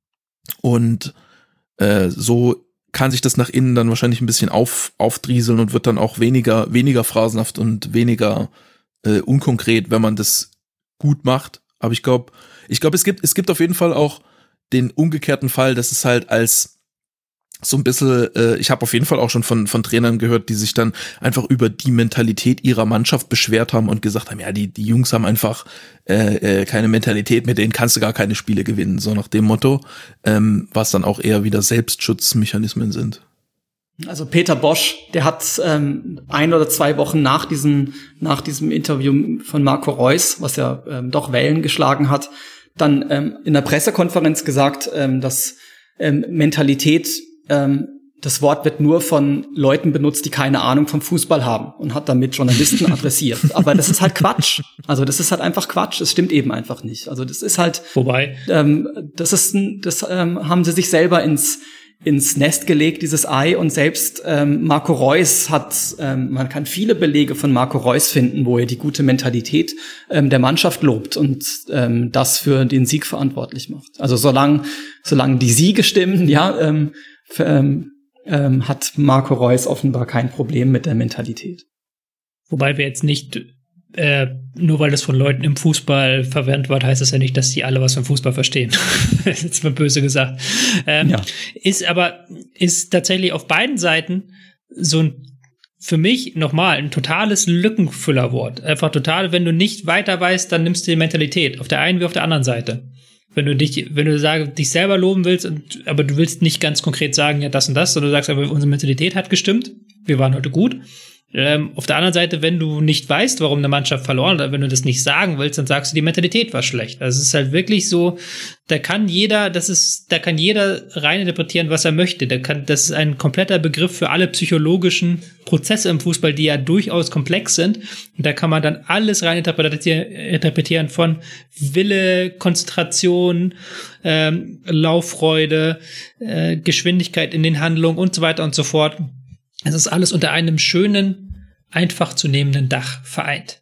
und äh, so kann sich das nach innen dann wahrscheinlich ein bisschen auf, aufdrieseln und wird dann auch weniger, weniger phrasenhaft und weniger äh, unkonkret, wenn man das gut macht. Aber ich glaube, ich glaube, es gibt, es gibt auf jeden Fall auch den umgekehrten Fall, dass es halt als so ein bisschen, äh, ich habe auf jeden Fall auch schon von, von Trainern gehört, die sich dann einfach über die Mentalität ihrer Mannschaft beschwert haben und gesagt haben, ja, die, die Jungs haben einfach äh, äh, keine Mentalität, mit denen kannst du gar keine Spiele gewinnen, so nach dem Motto, ähm, was dann auch eher wieder Selbstschutzmechanismen sind. Also Peter Bosch, der hat ähm, ein oder zwei Wochen nach diesem, nach diesem Interview von Marco Reus, was ja ähm, doch Wellen geschlagen hat, dann ähm, in der Pressekonferenz gesagt, ähm, dass ähm, Mentalität Ähm, das Wort wird nur von Leuten benutzt, die keine Ahnung vom Fußball haben, und hat damit Journalisten adressiert. Aber das ist halt Quatsch. Also das ist halt einfach Quatsch. Es stimmt eben einfach nicht. Also das ist halt. Wobei. Ähm, das ist, das ähm, haben sie sich selber ins ins Nest gelegt, dieses Ei. Und selbst ähm, Marco Reus hat, ähm, man kann viele Belege von Marco Reus finden, wo er die gute Mentalität ähm, der Mannschaft lobt und ähm, das für den Sieg verantwortlich macht. Also solange solange die Siege stimmen, ja. Ähm, Ähm, ähm, hat Marco Reus offenbar kein Problem mit der Mentalität. Wobei wir jetzt nicht, äh, nur weil das von Leuten im Fußball verwendet wird, heißt das ja nicht, dass die alle was vom Fußball verstehen. Das ist jetzt mal böse gesagt. Ähm, ja. Ist aber, ist tatsächlich auf beiden Seiten so ein, für mich nochmal ein totales Lückenfüllerwort. Einfach total, wenn du nicht weiter weißt, dann nimmst du die Mentalität. Auf der einen wie auf der anderen Seite. Wenn du dich, wenn du sag, dich selber loben willst, und, aber du willst nicht ganz konkret sagen, ja, das und das, sondern du sagst, aber unsere Mentalität hat gestimmt, wir waren heute gut. Ähm, auf der anderen Seite, wenn du nicht weißt, warum eine Mannschaft verloren hat, wenn du das nicht sagen willst, dann sagst du, die Mentalität war schlecht. Also es ist halt wirklich so, da kann jeder, das ist, da kann jeder reininterpretieren, was er möchte. Da kann, das ist ein kompletter Begriff für alle psychologischen Prozesse im Fußball, die ja durchaus komplex sind. Und da kann man dann alles reininterpretieren, interpretieren von Wille, Konzentration, ähm, Lauffreude, äh, Geschwindigkeit in den Handlungen und so weiter und so fort. Es ist alles unter einem schönen, einfach zu nehmenden Dach vereint.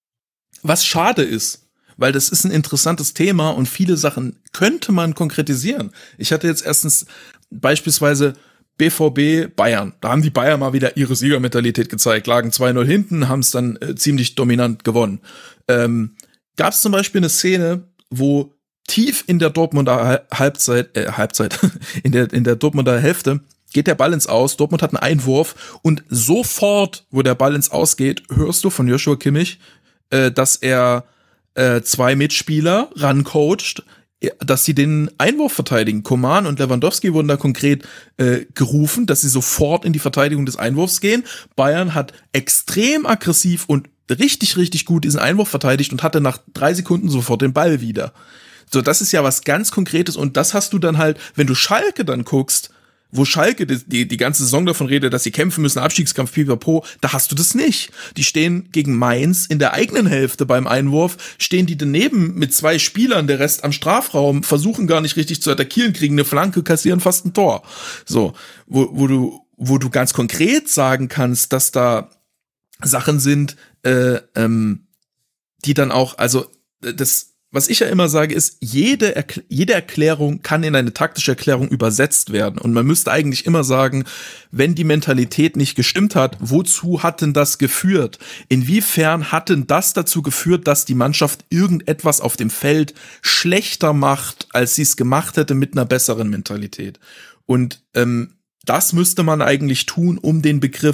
Was schade ist, weil das ist ein interessantes Thema und viele Sachen könnte man konkretisieren. Ich hatte jetzt erstens beispielsweise B V B Bayern. Da haben die Bayern mal wieder ihre Siegermentalität gezeigt, lagen zwei null hinten, haben es dann äh, ziemlich dominant gewonnen. Ähm, Gab es zum Beispiel eine Szene, wo tief in der Dortmunder Halbzeit, äh, Halbzeit, in der, in der Dortmunder Hälfte geht der Ball ins Aus, Dortmund hat einen Einwurf und sofort, wo der Ball ins Aus geht, hörst du von Joshua Kimmich, äh, dass er äh, zwei Mitspieler rancoacht, dass sie den Einwurf verteidigen. Coman und Lewandowski wurden da konkret äh, gerufen, dass sie sofort in die Verteidigung des Einwurfs gehen. Bayern hat extrem aggressiv und richtig, richtig gut diesen Einwurf verteidigt und hatte nach drei Sekunden sofort den Ball wieder. So, das ist ja was ganz Konkretes und das hast du dann halt, wenn du Schalke dann guckst, wo Schalke die, die, die ganze Saison davon redet, dass sie kämpfen müssen, Abstiegskampf, pipapo, da hast du das nicht. Die stehen gegen Mainz in der eigenen Hälfte beim Einwurf, stehen die daneben mit zwei Spielern, der Rest am Strafraum, versuchen gar nicht richtig zu attackieren, kriegen eine Flanke, kassieren fast ein Tor. So, wo, wo du, wo du ganz konkret sagen kannst, dass da Sachen sind, äh, ähm, die dann auch, also das, was ich ja immer sage, ist, jede, Erkl- jede Erklärung kann in eine taktische Erklärung übersetzt werden. Und man müsste eigentlich immer sagen, wenn die Mentalität nicht gestimmt hat, wozu hat denn das geführt? Inwiefern hat denn das dazu geführt, dass die Mannschaft irgendetwas auf dem Feld schlechter macht, als sie es gemacht hätte mit einer besseren Mentalität? Und ähm, das müsste man eigentlich tun, um den Begriff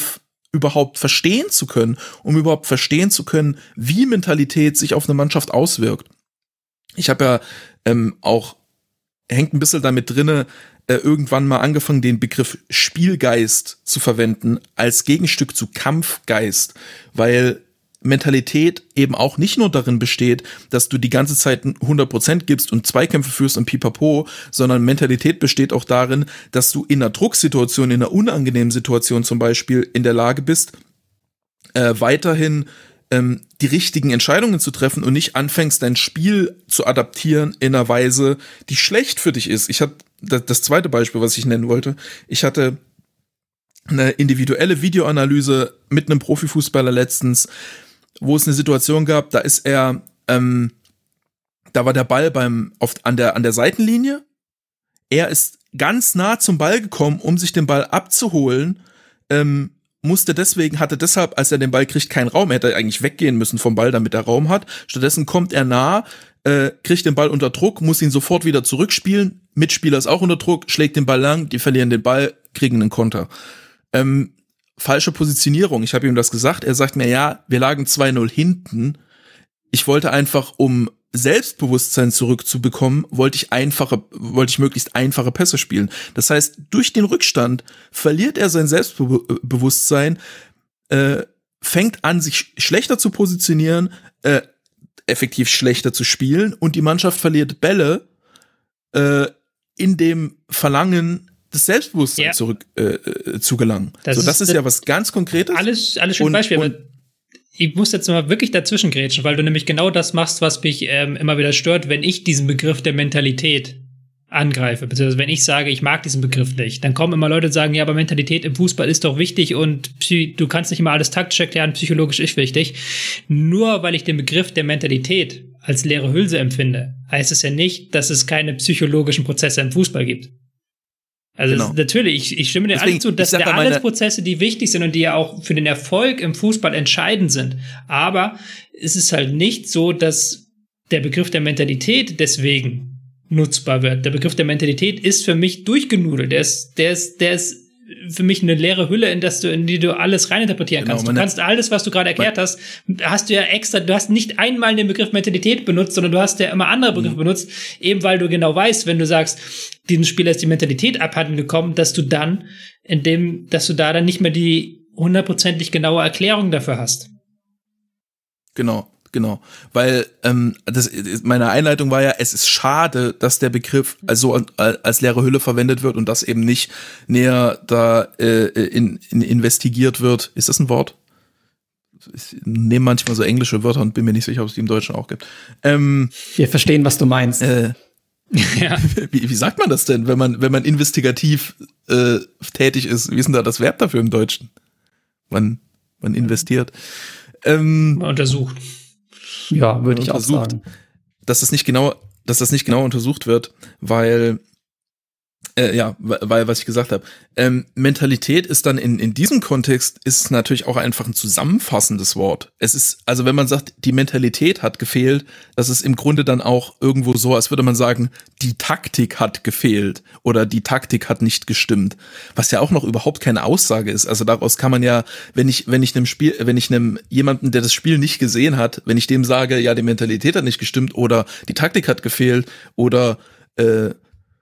überhaupt verstehen zu können, um überhaupt verstehen zu können, wie Mentalität sich auf eine Mannschaft auswirkt. Ich habe ja ähm, auch, hängt ein bisschen damit drinne, äh, irgendwann mal angefangen, den Begriff Spielgeist zu verwenden als Gegenstück zu Kampfgeist, weil Mentalität eben auch nicht nur darin besteht, dass du die ganze Zeit hundert Prozent gibst und Zweikämpfe führst und pipapo, sondern Mentalität besteht auch darin, dass du in einer Drucksituation, in einer unangenehmen Situation zum Beispiel in der Lage bist, äh, weiterhin ähm, die richtigen Entscheidungen zu treffen und nicht anfängst, dein Spiel zu adaptieren in einer Weise, die schlecht für dich ist. Ich hatte das, das zweite Beispiel, was ich nennen wollte. Ich hatte eine individuelle Videoanalyse mit einem Profifußballer letztens, wo es eine Situation gab, da ist er, ähm, da war der Ball beim auf, an der an der Seitenlinie. Er ist ganz nah zum Ball gekommen, um sich den Ball abzuholen. Ähm, musste deswegen, hatte deshalb, als er den Ball kriegt, keinen Raum. Er hätte eigentlich weggehen müssen vom Ball, damit er Raum hat. Stattdessen kommt er nah, äh, kriegt den Ball unter Druck, muss ihn sofort wieder zurückspielen. Mitspieler ist auch unter Druck, schlägt den Ball lang, die verlieren den Ball, kriegen einen Konter. Ähm, falsche Positionierung. Ich habe ihm das gesagt. Er sagt mir, ja, wir lagen zwei null hinten. Ich wollte einfach, um Selbstbewusstsein zurückzubekommen, wollte ich einfache, wollte ich möglichst einfache Pässe spielen. Das heißt, durch den Rückstand verliert er sein Selbstbewusstsein, äh, fängt an, sich schlechter zu positionieren, äh, effektiv schlechter zu spielen und die Mannschaft verliert Bälle äh, in dem Verlangen, das Selbstbewusstsein ja. zurück äh, zu gelangen. Das so, das ist, ist ja was ganz Konkretes. Alles, alles schön Beispiel, aber ich muss jetzt mal wirklich dazwischen grätschen, weil du nämlich genau das machst, was mich ähm, immer wieder stört, wenn ich diesen Begriff der Mentalität angreife, beziehungsweise wenn ich sage, ich mag diesen Begriff nicht, dann kommen immer Leute und sagen, ja, aber Mentalität im Fußball ist doch wichtig und psy- du kannst nicht immer alles taktisch erklären, psychologisch ist wichtig. Nur weil ich den Begriff der Mentalität als leere Hülse empfinde, heißt es ja nicht, dass es keine psychologischen Prozesse im Fußball gibt. Also genau. Natürlich, ich, ich stimme dir Deswegen, alles zu, dass da alles Prozesse, die wichtig sind und die ja auch für den Erfolg im Fußball entscheidend sind. Aber es ist halt nicht so, dass der Begriff der Mentalität deswegen nutzbar wird. Der Begriff der Mentalität ist für mich durchgenudelt. Der ist, der ist, der ist für mich eine leere Hülle, in, das du, in die du alles reininterpretieren genau, kannst. Du kannst alles, was du gerade erklärt hast, hast du ja extra, du hast nicht einmal den Begriff Mentalität benutzt, sondern du hast ja immer andere Begriffe mhm. benutzt, eben weil du genau weißt, wenn du sagst, diesem Spieler ist die Mentalität abhanden gekommen, dass du dann, in dem, dass du da dann nicht mehr die hundertprozentig genaue Erklärung dafür hast. Genau. Genau, weil ähm, das, meine Einleitung war ja, es ist schade, dass der Begriff also als leere Hülle verwendet wird und das eben nicht näher da äh, in, in investigiert wird. Ist das ein Wort? Ich nehme manchmal so englische Wörter und bin mir nicht sicher, ob es die im Deutschen auch gibt. Ähm, Wir verstehen, was du meinst. Äh, ja. wie, wie sagt man das denn, wenn man wenn man investigativ äh, tätig ist? Wie ist denn da das Verb dafür im Deutschen? Man man investiert. Ähm, man untersucht. Ja, würde ich auch sagen. Dass das nicht genau, dass das nicht genau untersucht wird, weil, äh, ja, weil, was ich gesagt habe, ähm, Mentalität ist dann in, in diesem Kontext ist natürlich auch einfach ein zusammenfassendes Wort. Es ist, also wenn man sagt, die Mentalität hat gefehlt, das ist im Grunde dann auch irgendwo so, als würde man sagen, die Taktik hat gefehlt oder die Taktik hat nicht gestimmt, was ja auch noch überhaupt keine Aussage ist. Also daraus kann man ja, wenn ich, wenn ich einem Spiel, wenn ich einem jemanden, der das Spiel nicht gesehen hat, wenn ich dem sage, ja, die Mentalität hat nicht gestimmt oder die Taktik hat gefehlt oder äh,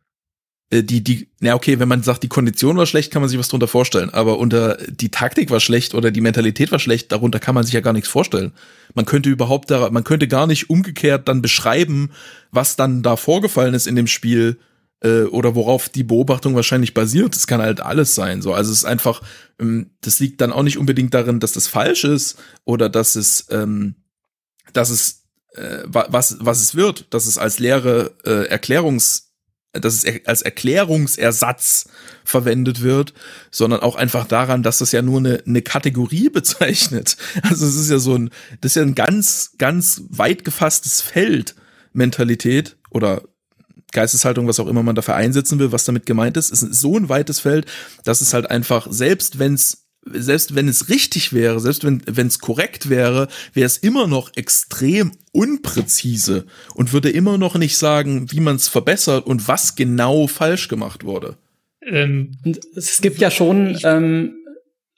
die, die, ja okay, wenn man sagt, die Kondition war schlecht, kann man sich was drunter vorstellen, aber unter die Taktik war schlecht oder die Mentalität war schlecht, darunter kann man sich ja gar nichts vorstellen. Man könnte überhaupt da, man könnte gar nicht umgekehrt dann beschreiben, was dann da vorgefallen ist in dem Spiel äh, oder worauf die Beobachtung wahrscheinlich basiert. Das kann halt alles sein, so. Also es ist einfach, ähm, das liegt dann auch nicht unbedingt darin, dass das falsch ist oder dass es, ähm, dass es, äh, was, was es wird, dass es als leere äh, Erklärungs dass es als Erklärungsersatz verwendet wird, sondern auch einfach daran, dass das ja nur eine, eine Kategorie bezeichnet. Also es ist ja so ein, das ist ja ein ganz, ganz weit gefasstes Feld, Mentalität oder Geisteshaltung, was auch immer man dafür einsetzen will, was damit gemeint ist, ist so ein weites Feld, dass es halt einfach, selbst wenn es selbst wenn es richtig wäre, selbst wenn wenn es korrekt wäre, wäre es immer noch extrem unpräzise und würde immer noch nicht sagen, wie man es verbessert und was genau falsch gemacht wurde. Ähm, es gibt ja schon ähm,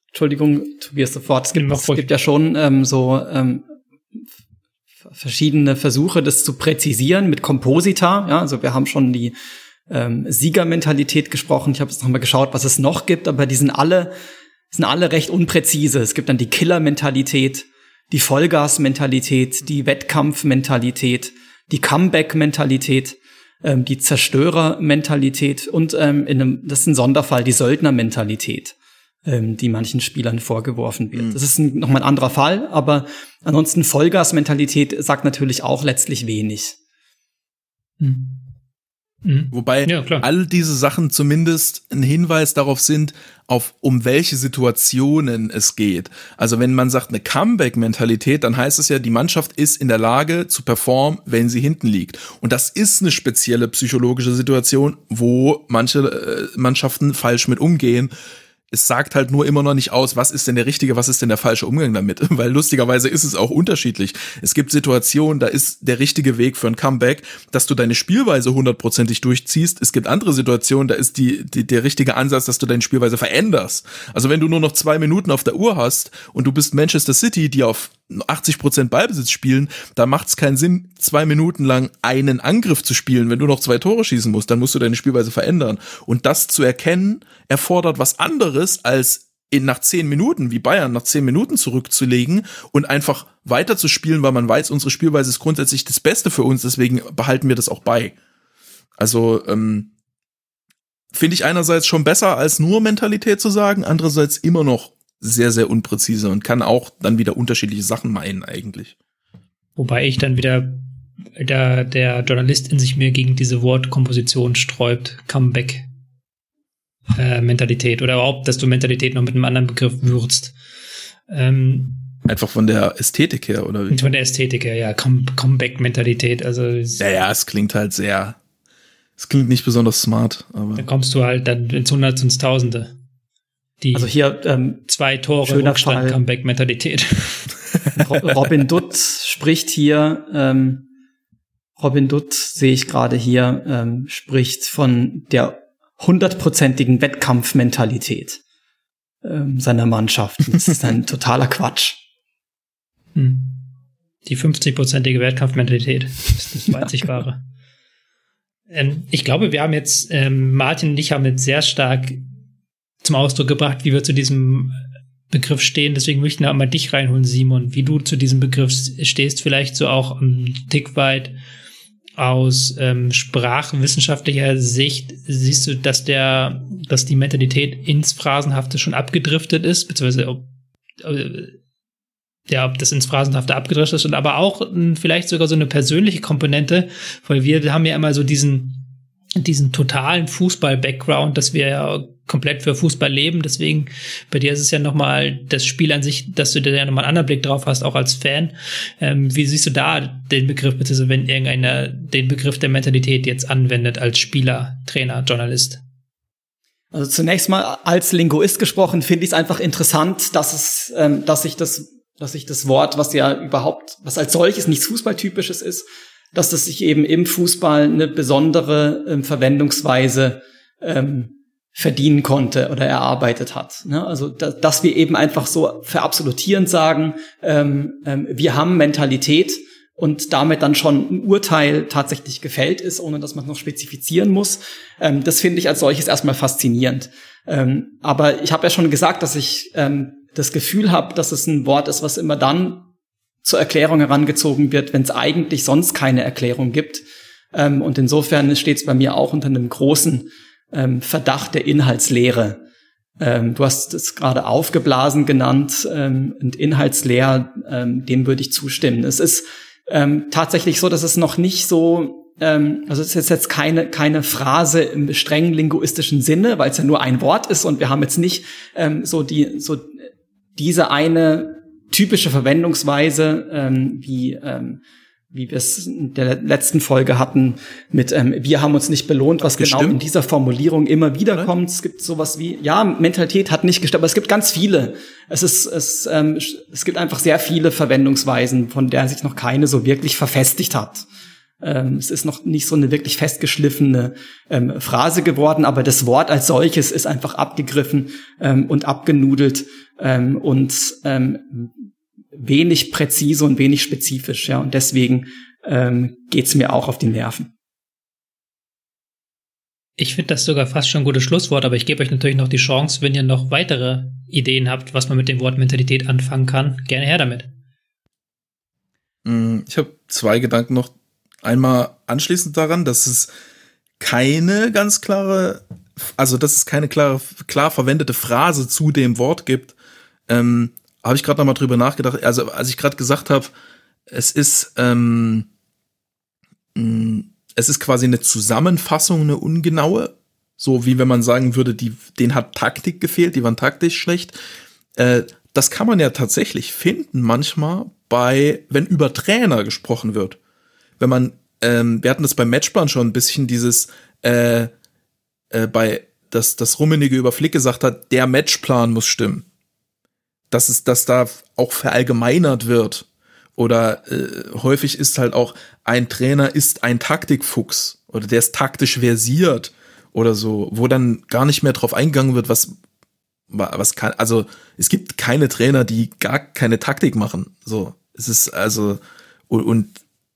Entschuldigung, du gehst sofort. Es gibt, es gibt ja schon ähm, so ähm, verschiedene Versuche, das zu präzisieren mit Komposita. Ja, also wir haben schon die ähm, Siegermentalität gesprochen. Ich habe jetzt nochmal geschaut, was es noch gibt, aber die sind alle, sind alle recht unpräzise. Es gibt dann die Killer-Mentalität, die Vollgas-Mentalität, die Wettkampf-Mentalität, die Comeback-Mentalität, ähm, die Zerstörer-Mentalität und ähm, in einem, das ist ein Sonderfall, die Söldner-Mentalität, ähm, die manchen Spielern vorgeworfen wird. Mhm. Das ist ein, nochmal ein anderer Fall, aber ansonsten Vollgas-Mentalität sagt natürlich auch letztlich wenig. Mhm. Mhm. Wobei ja, all diese Sachen zumindest ein Hinweis darauf sind, auf um welche Situationen es geht. Also wenn man sagt eine Comeback-Mentalität, dann heißt es ja, die Mannschaft ist in der Lage zu performen, wenn sie hinten liegt. Und das ist eine spezielle psychologische Situation, wo manche äh, Mannschaften falsch mit umgehen. Es sagt halt nur immer noch nicht aus, was ist denn der richtige, was ist denn der falsche Umgang damit, weil lustigerweise ist es auch unterschiedlich. Es gibt Situationen, da ist der richtige Weg für ein Comeback, dass du deine Spielweise hundertprozentig durchziehst. Es gibt andere Situationen, da ist die, die der richtige Ansatz, dass du deine Spielweise veränderst. Also wenn du nur noch zwei Minuten auf der Uhr hast und du bist Manchester City, die auf achtzig Prozent Ballbesitz spielen, da macht es keinen Sinn, zwei Minuten lang einen Angriff zu spielen. Wenn du noch zwei Tore schießen musst, dann musst du deine Spielweise verändern. Und das zu erkennen, erfordert was anderes, als in nach zehn Minuten, wie Bayern, nach zehn Minuten zurückzulegen und einfach weiter zu spielen, weil man weiß, unsere Spielweise ist grundsätzlich das Beste für uns, deswegen behalten wir das auch bei. Also, ähm, finde ich einerseits schon besser, als nur Mentalität zu sagen, andererseits immer noch sehr, sehr unpräzise und kann auch dann wieder unterschiedliche Sachen meinen eigentlich. Wobei ich dann wieder der, der Journalist in sich mir gegen diese Wortkomposition sträubt, Comeback äh, Mentalität oder überhaupt, dass du Mentalität noch mit einem anderen Begriff würzt. Ähm, Einfach von der Ästhetik her, oder wie? Von der Ästhetik her, ja, Come- Comeback-Mentalität. Also ja, ja, es klingt halt sehr, es klingt nicht besonders smart. Aber da kommst du halt dann ins Hundert, ins Tausende. Die also hier ähm, zwei Tore Rückstand, Comeback-Mentalität. Robin Dutt spricht hier, ähm, Robin Dutt sehe ich gerade hier, ähm, spricht von der hundertprozentigen Wettkampfmentalität ähm, seiner Mannschaft. Das ist ein totaler Quatsch. Hm. Die fünfzigprozentige Wettkampfmentalität ist das einzig wahre. Ähm, ich glaube, wir haben jetzt, ähm, Martin und ich haben jetzt sehr stark zum Ausdruck gebracht, wie wir zu diesem Begriff stehen. Deswegen möchte ich noch einmal dich reinholen, Simon, wie du zu diesem Begriff stehst, vielleicht so auch ein Tick weit aus ähm, sprachwissenschaftlicher Sicht. Siehst du, dass der, dass die Mentalität ins Phrasenhafte schon abgedriftet ist, beziehungsweise ob, äh, ja, ob das ins Phrasenhafte abgedriftet ist und aber auch äh, vielleicht sogar so eine persönliche Komponente, weil wir haben ja immer so diesen diesen totalen Fußball-Background, dass wir ja komplett für Fußball leben. Deswegen, bei dir ist es ja nochmal das Spiel an sich, dass du da ja nochmal einen anderen Blick drauf hast, auch als Fan. Ähm, wie siehst du da den Begriff, beziehungsweise wenn irgendeiner den Begriff der Mentalität jetzt anwendet als Spieler, Trainer, Journalist? Also zunächst mal als Linguist gesprochen, finde ich es einfach interessant, dass es, ähm, dass ich das, dass ich das Wort, was ja überhaupt, was als solches nichts Fußballtypisches ist, dass das sich eben im Fußball eine besondere ähm, Verwendungsweise ähm, verdienen konnte oder erarbeitet hat. Ne? Also, da, dass wir eben einfach so verabsolutierend sagen, ähm, ähm, wir haben Mentalität und damit dann schon ein Urteil tatsächlich gefällt ist, ohne dass man es noch spezifizieren muss. Ähm, das finde ich als solches erstmal faszinierend. Ähm, aber ich habe ja schon gesagt, dass ich ähm, das Gefühl habe, dass es ein Wort ist, was immer dann zur Erklärung herangezogen wird, wenn es eigentlich sonst keine Erklärung gibt. Ähm, und insofern steht es bei mir auch unter einem großen ähm, Verdacht der Inhaltslehre. Ähm, du hast es gerade aufgeblasen genannt ähm, und inhaltsleer, ähm, dem würde ich zustimmen. Es ist ähm, tatsächlich so, dass es noch nicht so, ähm, also es ist jetzt keine keine Phrase im strengen linguistischen Sinne, weil es ja nur ein Wort ist und wir haben jetzt nicht ähm, so die so diese eine typische Verwendungsweise, ähm, wie ähm, wie wir es in der letzten Folge hatten mit ähm, wir haben uns nicht belohnt, was genau in dieser Formulierung immer wieder Oder? kommt. Es gibt sowas wie, ja, Mentalität hat nicht gestimmt, aber es gibt ganz viele. Es ist es ähm, es gibt einfach sehr viele Verwendungsweisen, von der sich noch keine so wirklich verfestigt hat. Ähm, es ist noch nicht so eine wirklich festgeschliffene ähm, Phrase geworden, aber das Wort als solches ist einfach abgegriffen ähm, und abgenudelt ähm, und ähm, wenig präzise und wenig spezifisch. Ja, und deswegen ähm, geht's mir auch auf die Nerven. Ich finde das sogar fast schon ein gutes Schlusswort, aber ich gebe euch natürlich noch die Chance, wenn ihr noch weitere Ideen habt, was man mit dem Wort Mentalität anfangen kann, gerne her damit. Ich habe zwei Gedanken noch. Einmal anschließend daran, dass es keine ganz klare, also dass es keine klare, klar verwendete Phrase zu dem Wort gibt, ähm, habe ich gerade noch mal drüber nachgedacht. Also als ich gerade gesagt habe, es ist ähm, mh, es ist quasi eine Zusammenfassung, eine ungenaue, so wie wenn man sagen würde, die, denen hat Taktik gefehlt, die waren taktisch schlecht. Äh, das kann man ja tatsächlich finden manchmal bei, wenn über Trainer gesprochen wird. Wenn man, ähm, wir hatten das beim Matchplan schon ein bisschen dieses, äh, äh, bei, dass das Rummenigge über Flick gesagt hat, der Matchplan muss stimmen. Dass es, dass da auch verallgemeinert wird. Oder äh, häufig ist halt auch, ein Trainer ist ein Taktikfuchs oder der ist taktisch versiert oder so, wo dann gar nicht mehr drauf eingegangen wird, was, was kann, also es gibt keine Trainer, die gar keine Taktik machen. So, es ist also, und, und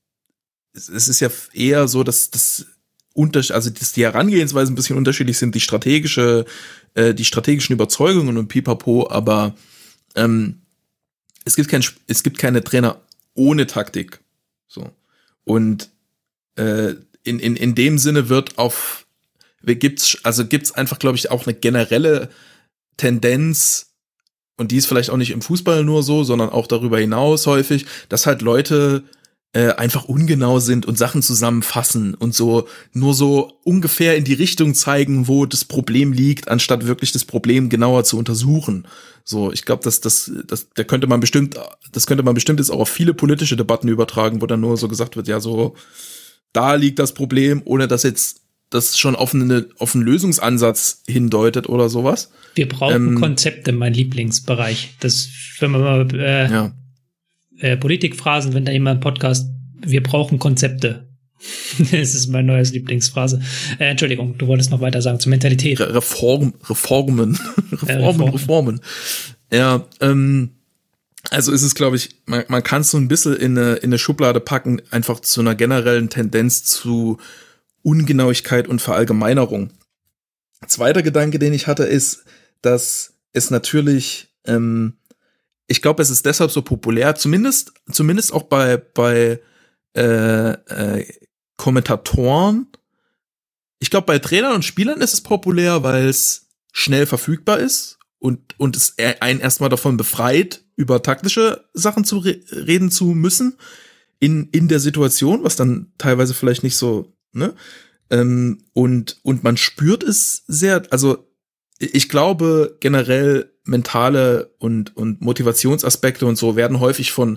es ist ja eher so, dass das Unterschied, also dass die Herangehensweisen ein bisschen unterschiedlich sind, die strategische, äh, die strategischen Überzeugungen und Pipapo, aber ähm, es gibt kein, es gibt keine Trainer ohne Taktik. So. Und äh, in, in, in dem Sinne wird auf, gibt's, also gibt's einfach, glaube ich, auch eine generelle Tendenz, und die ist vielleicht auch nicht im Fußball nur so, sondern auch darüber hinaus häufig, dass halt Leute äh, einfach ungenau sind und Sachen zusammenfassen und so nur so ungefähr in die Richtung zeigen, wo das Problem liegt, anstatt wirklich das Problem genauer zu untersuchen. So, ich glaube, dass das, das, da könnte man bestimmt, das könnte man bestimmt jetzt auch auf viele politische Debatten übertragen, wo dann nur so gesagt wird, ja, so, da liegt das Problem, ohne dass jetzt das schon auf, eine, auf einen Lösungsansatz hindeutet oder sowas. Wir brauchen ähm, Konzepte, mein Lieblingsbereich. Das, wenn man mal äh, ja. äh, Politikphrasen, wenn da jemand Podcast, wir brauchen Konzepte. Das ist mein neues Lieblingsphrase. Äh, Entschuldigung, du wolltest noch weiter sagen zur Mentalität. Re- Reform, Reformen, Reformen, äh, Reformen, Reformen. Ja, ähm, also ist es, glaube ich, man, man kann es so ein bisschen in eine, in eine Schublade packen, einfach zu einer generellen Tendenz zu Ungenauigkeit und Verallgemeinerung. Zweiter Gedanke, den ich hatte, ist, dass es natürlich, ähm, ich glaube, es ist deshalb so populär, zumindest, zumindest auch bei, bei äh, äh, Kommentatoren. Ich glaube, bei Trainern und Spielern ist es populär, weil es schnell verfügbar ist und, und es einen erstmal davon befreit, über taktische Sachen zu re- reden zu müssen in, in der Situation, was dann teilweise vielleicht nicht so, ne? Ähm, und, und man spürt es sehr, also ich glaube generell mentale und, und Motivationsaspekte und so werden häufig von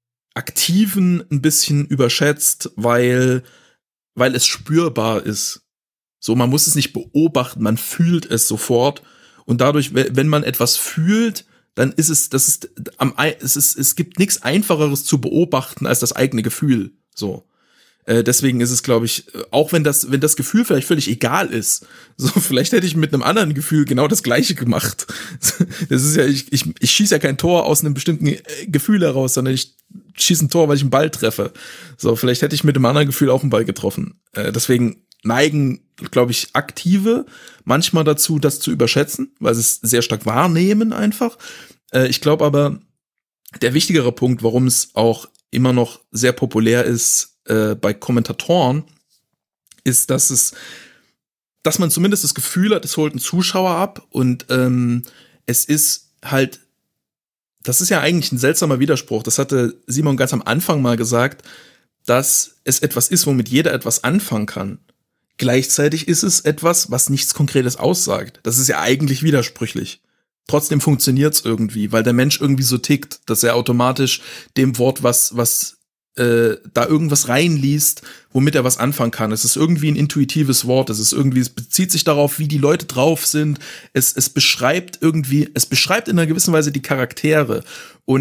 Aktiven ein bisschen überschätzt, weil, weil es spürbar ist. So, man muss es nicht beobachten, man fühlt es sofort. Und dadurch, wenn man etwas fühlt, dann ist es, das ist am, es ist, es gibt nichts Einfacheres zu beobachten als das eigene Gefühl. So. Äh, deswegen ist es, glaube ich, auch wenn das, wenn das Gefühl vielleicht völlig egal ist, so, vielleicht hätte ich mit einem anderen Gefühl genau das Gleiche gemacht. Das ist ja, ich, ich, ich schieße ja kein Tor aus einem bestimmten Gefühl heraus, sondern ich schieße ein Tor, weil ich einen Ball treffe. So, vielleicht hätte ich mit einem anderen Gefühl auch einen Ball getroffen. Äh, deswegen neigen, glaube ich, Aktive manchmal dazu, das zu überschätzen, weil sie es sehr stark wahrnehmen einfach. Äh, ich glaube aber, der wichtigere Punkt, warum es auch immer noch sehr populär ist äh, bei Kommentatoren, ist, dass es, dass man zumindest das Gefühl hat, es holt einen Zuschauer ab und ähm, es ist halt, das ist ja eigentlich ein seltsamer Widerspruch. Das hatte Simon ganz am Anfang mal gesagt, dass es etwas ist, womit jeder etwas anfangen kann. Gleichzeitig ist es etwas, was nichts Konkretes aussagt. Das ist ja eigentlich widersprüchlich. Trotzdem funktioniert's irgendwie, weil der Mensch irgendwie so tickt, dass er automatisch dem Wort was, was äh, da irgendwas reinliest, womit er was anfangen kann. Es ist irgendwie ein intuitives Wort. Es ist irgendwie, es bezieht sich darauf, wie die Leute drauf sind. Es, es beschreibt irgendwie, es beschreibt in einer gewissen Weise die Charaktere. Und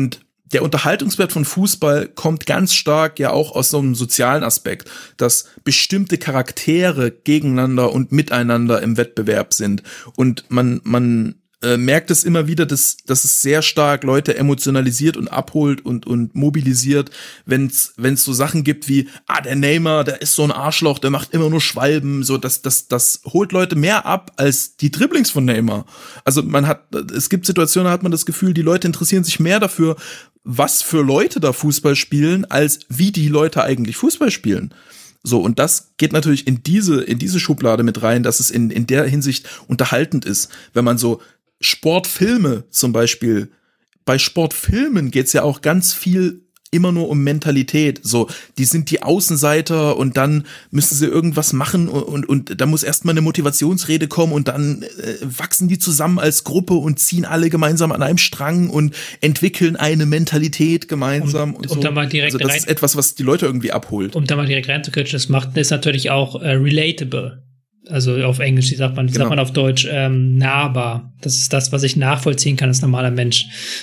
der Unterhaltungswert von Fußball kommt ganz stark ja auch aus so einem sozialen Aspekt, dass bestimmte Charaktere gegeneinander und miteinander im Wettbewerb sind. Und man, man äh, merkt es immer wieder, dass, dass es sehr stark Leute emotionalisiert und abholt und, und mobilisiert, wenn es wenn es so Sachen gibt wie, ah, der Neymar, der ist so ein Arschloch, der macht immer nur Schwalben, so, das, das, das holt Leute mehr ab als die Dribblings von Neymar. Also man hat, es gibt Situationen, da hat man das Gefühl, die Leute interessieren sich mehr dafür, was für Leute da Fußball spielen, als wie die Leute eigentlich Fußball spielen. So, und das geht natürlich in diese, in diese Schublade mit rein, dass es in, in der Hinsicht unterhaltend ist. Wenn man so Sportfilme zum Beispiel, bei Sportfilmen geht's ja auch ganz viel immer nur um Mentalität. So, die sind die Außenseiter und dann müssen sie irgendwas machen und, und, und da muss erstmal eine Motivationsrede kommen und dann äh, wachsen die zusammen als Gruppe und ziehen alle gemeinsam an einem Strang und entwickeln eine Mentalität gemeinsam. Um, und um so. da mal direkt Also das rein, ist etwas, was die Leute irgendwie abholt. Um da mal direkt reinzukritschen, das macht ist natürlich auch äh, relatable. Also auf Englisch, wie sagt man, wie Genau. sagt man auf Deutsch, ähm, nahbar. Das ist das, was ich nachvollziehen kann als normaler Mensch.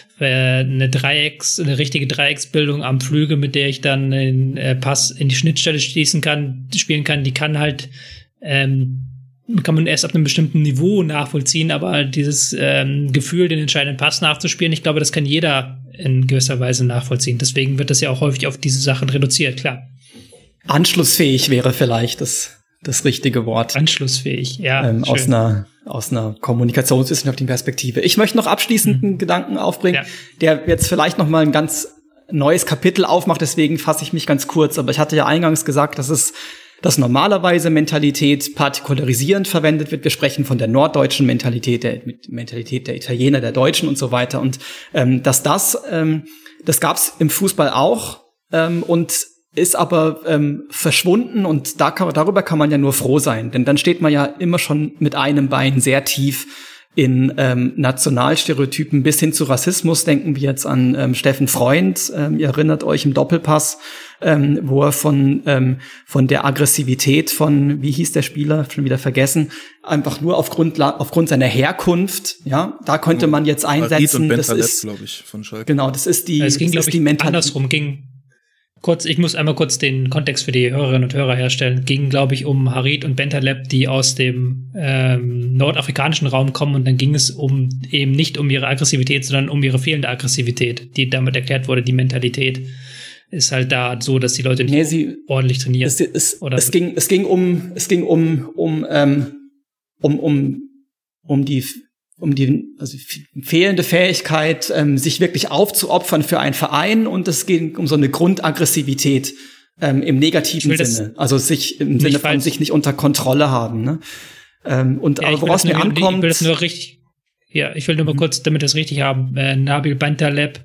Eine Dreiecks, eine richtige Dreiecksbildung am Flügel, mit der ich dann den äh, Pass in die Schnittstelle schließen kann, spielen kann, die kann halt, ähm, kann man erst ab einem bestimmten Niveau nachvollziehen, aber dieses ähm, Gefühl, den entscheidenden Pass nachzuspielen, ich glaube, das kann jeder in gewisser Weise nachvollziehen. Deswegen wird das ja auch häufig auf diese Sachen reduziert, klar. Anschlussfähig wäre vielleicht das das richtige Wort. Anschlussfähig, ja. Ähm, aus einer aus einer kommunikationswissenschaftlichen Perspektive. Ich möchte noch abschließend einen mhm. Gedanken aufbringen, ja. der jetzt vielleicht noch mal ein ganz neues Kapitel aufmacht. Deswegen fasse ich mich ganz kurz. Aber ich hatte ja eingangs gesagt, dass es dass normalerweise Mentalität partikularisierend verwendet wird. Wir sprechen von der norddeutschen Mentalität, der Mentalität der Italiener, der Deutschen und so weiter. Und ähm, dass das ähm, das gab's im Fußball auch ähm, und ist aber ähm, verschwunden und da kann, darüber kann man ja nur froh sein, denn dann steht man ja immer schon mit einem Bein sehr tief in ähm, Nationalstereotypen bis hin zu Rassismus. Denken wir jetzt an ähm, Steffen Freund, ähm, ihr erinnert euch im Doppelpass, ähm, wo er von ähm, von der Aggressivität von, wie hieß der Spieler, schon wieder vergessen, einfach nur aufgrund aufgrund seiner Herkunft, ja, da könnte man jetzt einsetzen, und das ist, glaube ich, von Schalke. Genau, das ist die, es ging, das ist die Mentalität. Andersrum ging Kurz, ich muss einmal kurz den Kontext für die Hörerinnen und Hörer herstellen. Ging, glaube ich, um Harit und Bentaleb, die aus dem ähm, nordafrikanischen Raum kommen und dann ging es um eben nicht um ihre Aggressivität, sondern um ihre fehlende Aggressivität, die damit erklärt wurde, die Mentalität ist halt da so, dass die Leute nicht nee, sie, ordentlich trainieren. Es, es, Oder es ging, es ging um, es ging um, um, ähm, um, um, um die um die also fehlende Fähigkeit, ähm, sich wirklich aufzuopfern für einen Verein, und es ging um so eine Grundaggressivität ähm, im negativen Sinne, also sich im Sinne von sich nicht unter Kontrolle haben. Ne? Ähm, und ja, aber woraus mir ankommt, ich will das nur richtig, ja, ich will nur mal kurz, damit wir das richtig haben, äh, Nabil Bentaleb,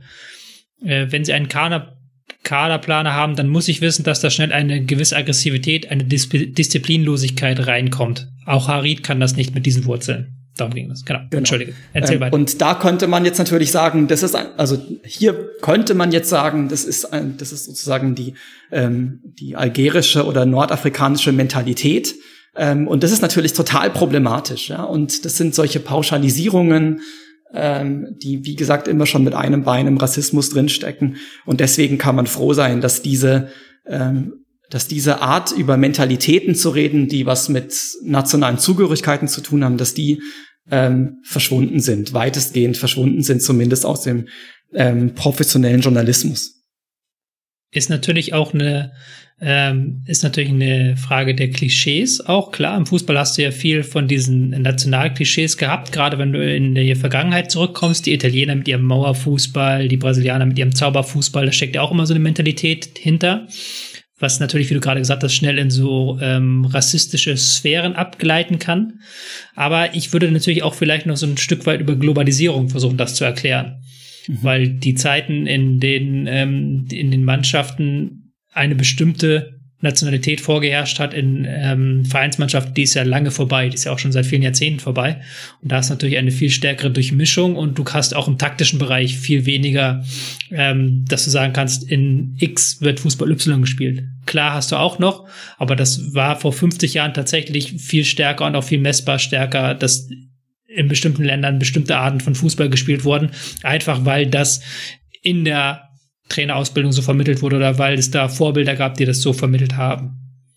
äh, wenn sie einen Kader Kaderplaner haben, dann muss ich wissen, dass da schnell eine gewisse Aggressivität, eine Dis- Disziplinlosigkeit reinkommt. Auch Harit kann das nicht mit diesen Wurzeln. Darum ging das. Genau. genau. Entschuldige. Erzähl ähm, weiter. Und da könnte man jetzt natürlich sagen, das ist ein, also hier könnte man jetzt sagen, das ist ein, das ist sozusagen die ähm, die algerische oder nordafrikanische Mentalität. Ähm, und das ist natürlich total problematisch. Ja. Und das sind solche Pauschalisierungen, ähm, die wie gesagt immer schon mit einem Bein im Rassismus drinstecken. Und deswegen kann man froh sein, dass diese ähm, dass diese Art, über Mentalitäten zu reden, die was mit nationalen Zugehörigkeiten zu tun haben, dass die ähm, verschwunden sind, weitestgehend verschwunden sind, zumindest aus dem ähm, professionellen Journalismus. Ist natürlich auch eine, ähm, ist natürlich eine Frage der Klischees auch, klar. Im Fußball hast du ja viel von diesen Nationalklischees gehabt, gerade wenn du in die Vergangenheit zurückkommst. Die Italiener mit ihrem Mauerfußball, die Brasilianer mit ihrem Zauberfußball, da steckt ja auch immer so eine Mentalität hinter, was natürlich, wie du gerade gesagt hast, schnell in so ähm, rassistische Sphären abgleiten kann. Aber ich würde natürlich auch vielleicht noch so ein Stück weit über Globalisierung versuchen, das zu erklären. Mhm. Weil die Zeiten, in denen ähm, in den Mannschaften eine bestimmte Nationalität vorgeherrscht hat in ähm, Vereinsmannschaften, die ist ja lange vorbei, die ist ja auch schon seit vielen Jahrzehnten vorbei. Und da ist natürlich eine viel stärkere Durchmischung und du hast auch im taktischen Bereich viel weniger, ähm, dass du sagen kannst, in X wird Fußball Y gespielt. Klar hast du auch noch, aber das war vor fünfzig Jahren tatsächlich viel stärker und auch viel messbar stärker, dass in bestimmten Ländern bestimmte Arten von Fußball gespielt wurden, einfach weil das in der Trainerausbildung so vermittelt wurde oder weil es da Vorbilder gab, die das so vermittelt haben.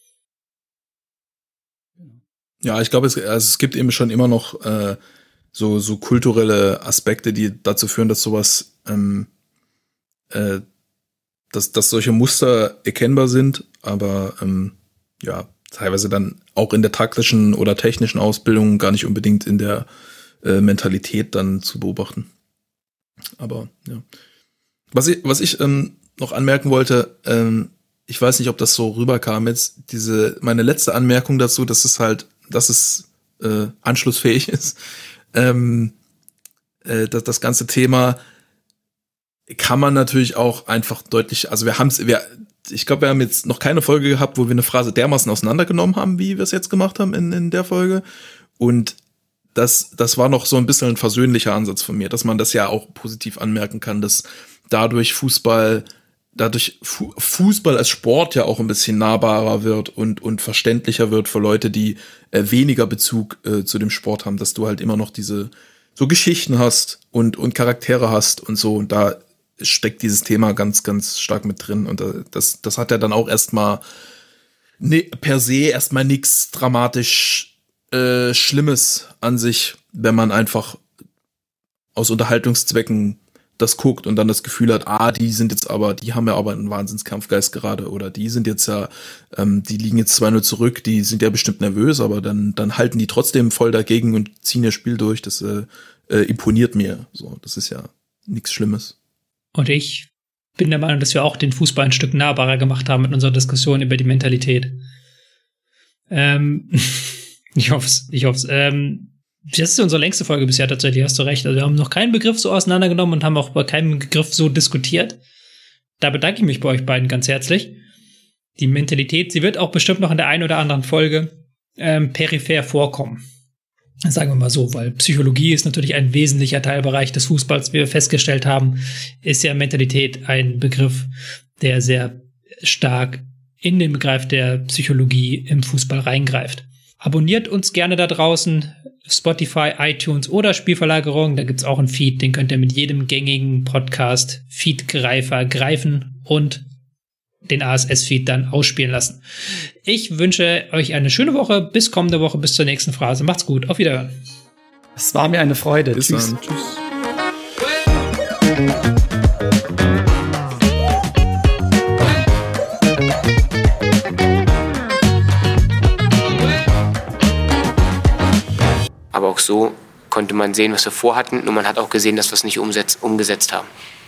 Ja, ich glaube, es, also es gibt eben schon immer noch äh, so, so kulturelle Aspekte, die dazu führen, dass sowas, ähm, äh, dass, dass solche Muster erkennbar sind, aber ähm, ja, teilweise dann auch in der taktischen oder technischen Ausbildung gar nicht unbedingt in der äh, Mentalität dann zu beobachten. Aber ja. Was ich, was ich ähm, noch anmerken wollte, ähm, ich weiß nicht, ob das so rüberkam jetzt, diese, meine letzte Anmerkung dazu, dass es halt, dass es äh, anschlussfähig ist. Ähm, äh, das, das ganze Thema kann man natürlich auch einfach deutlich, also wir haben es, wir, ich glaube, wir haben jetzt noch keine Folge gehabt, wo wir eine Phrase dermaßen auseinandergenommen haben, wie wir es jetzt gemacht haben in, in der Folge. Und das, das war noch so ein bisschen ein versöhnlicher Ansatz von mir, dass man das ja auch positiv anmerken kann, dass dadurch Fußball, dadurch Fu- Fußball als Sport ja auch ein bisschen nahbarer wird und, und verständlicher wird für Leute, die äh, weniger Bezug äh, zu dem Sport haben, dass du halt immer noch diese so Geschichten hast und, und Charaktere hast und so. Und da steckt dieses Thema ganz, ganz stark mit drin. Und äh, das, das hat ja dann auch erstmal ne, per se erstmal nichts dramatisch äh, Schlimmes an sich, wenn man einfach aus Unterhaltungszwecken das guckt und dann das Gefühl hat, ah, die sind jetzt aber, die haben ja aber einen Wahnsinnskampfgeist gerade oder die sind jetzt ja, ähm, die liegen jetzt zwei null zurück, die sind ja bestimmt nervös, aber dann dann halten die trotzdem voll dagegen und ziehen ihr Spiel durch. Das äh, äh, imponiert mir. So, das ist ja nichts Schlimmes. Und ich bin der Meinung, dass wir auch den Fußball ein Stück nahbarer gemacht haben mit unserer Diskussion über die Mentalität. Ähm, ich hoff's, ich hoff's. Ähm, Das ist unsere längste Folge bisher tatsächlich, hast du recht. Also wir haben noch keinen Begriff so auseinandergenommen und haben auch bei keinem Begriff so diskutiert. Da bedanke ich mich bei euch beiden ganz herzlich. Die Mentalität, sie wird auch bestimmt noch in der einen oder anderen Folge ähm, peripher vorkommen. Sagen wir mal so, weil Psychologie ist natürlich ein wesentlicher Teilbereich des Fußballs, wie wir festgestellt haben, ist ja Mentalität ein Begriff, der sehr stark in den Begriff der Psychologie im Fußball reingreift. Abonniert uns gerne da draußen, Spotify, iTunes oder Spielverlagerung. Da gibt's auch einen Feed, den könnt ihr mit jedem gängigen Podcast-Feed-Greifer greifen und den A S S-Feed dann ausspielen lassen. Ich wünsche euch eine schöne Woche. Bis kommende Woche, bis zur nächsten Phrase. Macht's gut. Auf Wiederhören. Es war mir eine Freude. Bis Tschüss. dann. Tschüss. Aber auch so konnte man sehen, was wir vorhatten, und man hat auch gesehen, dass wir es nicht umsetz- umgesetzt haben.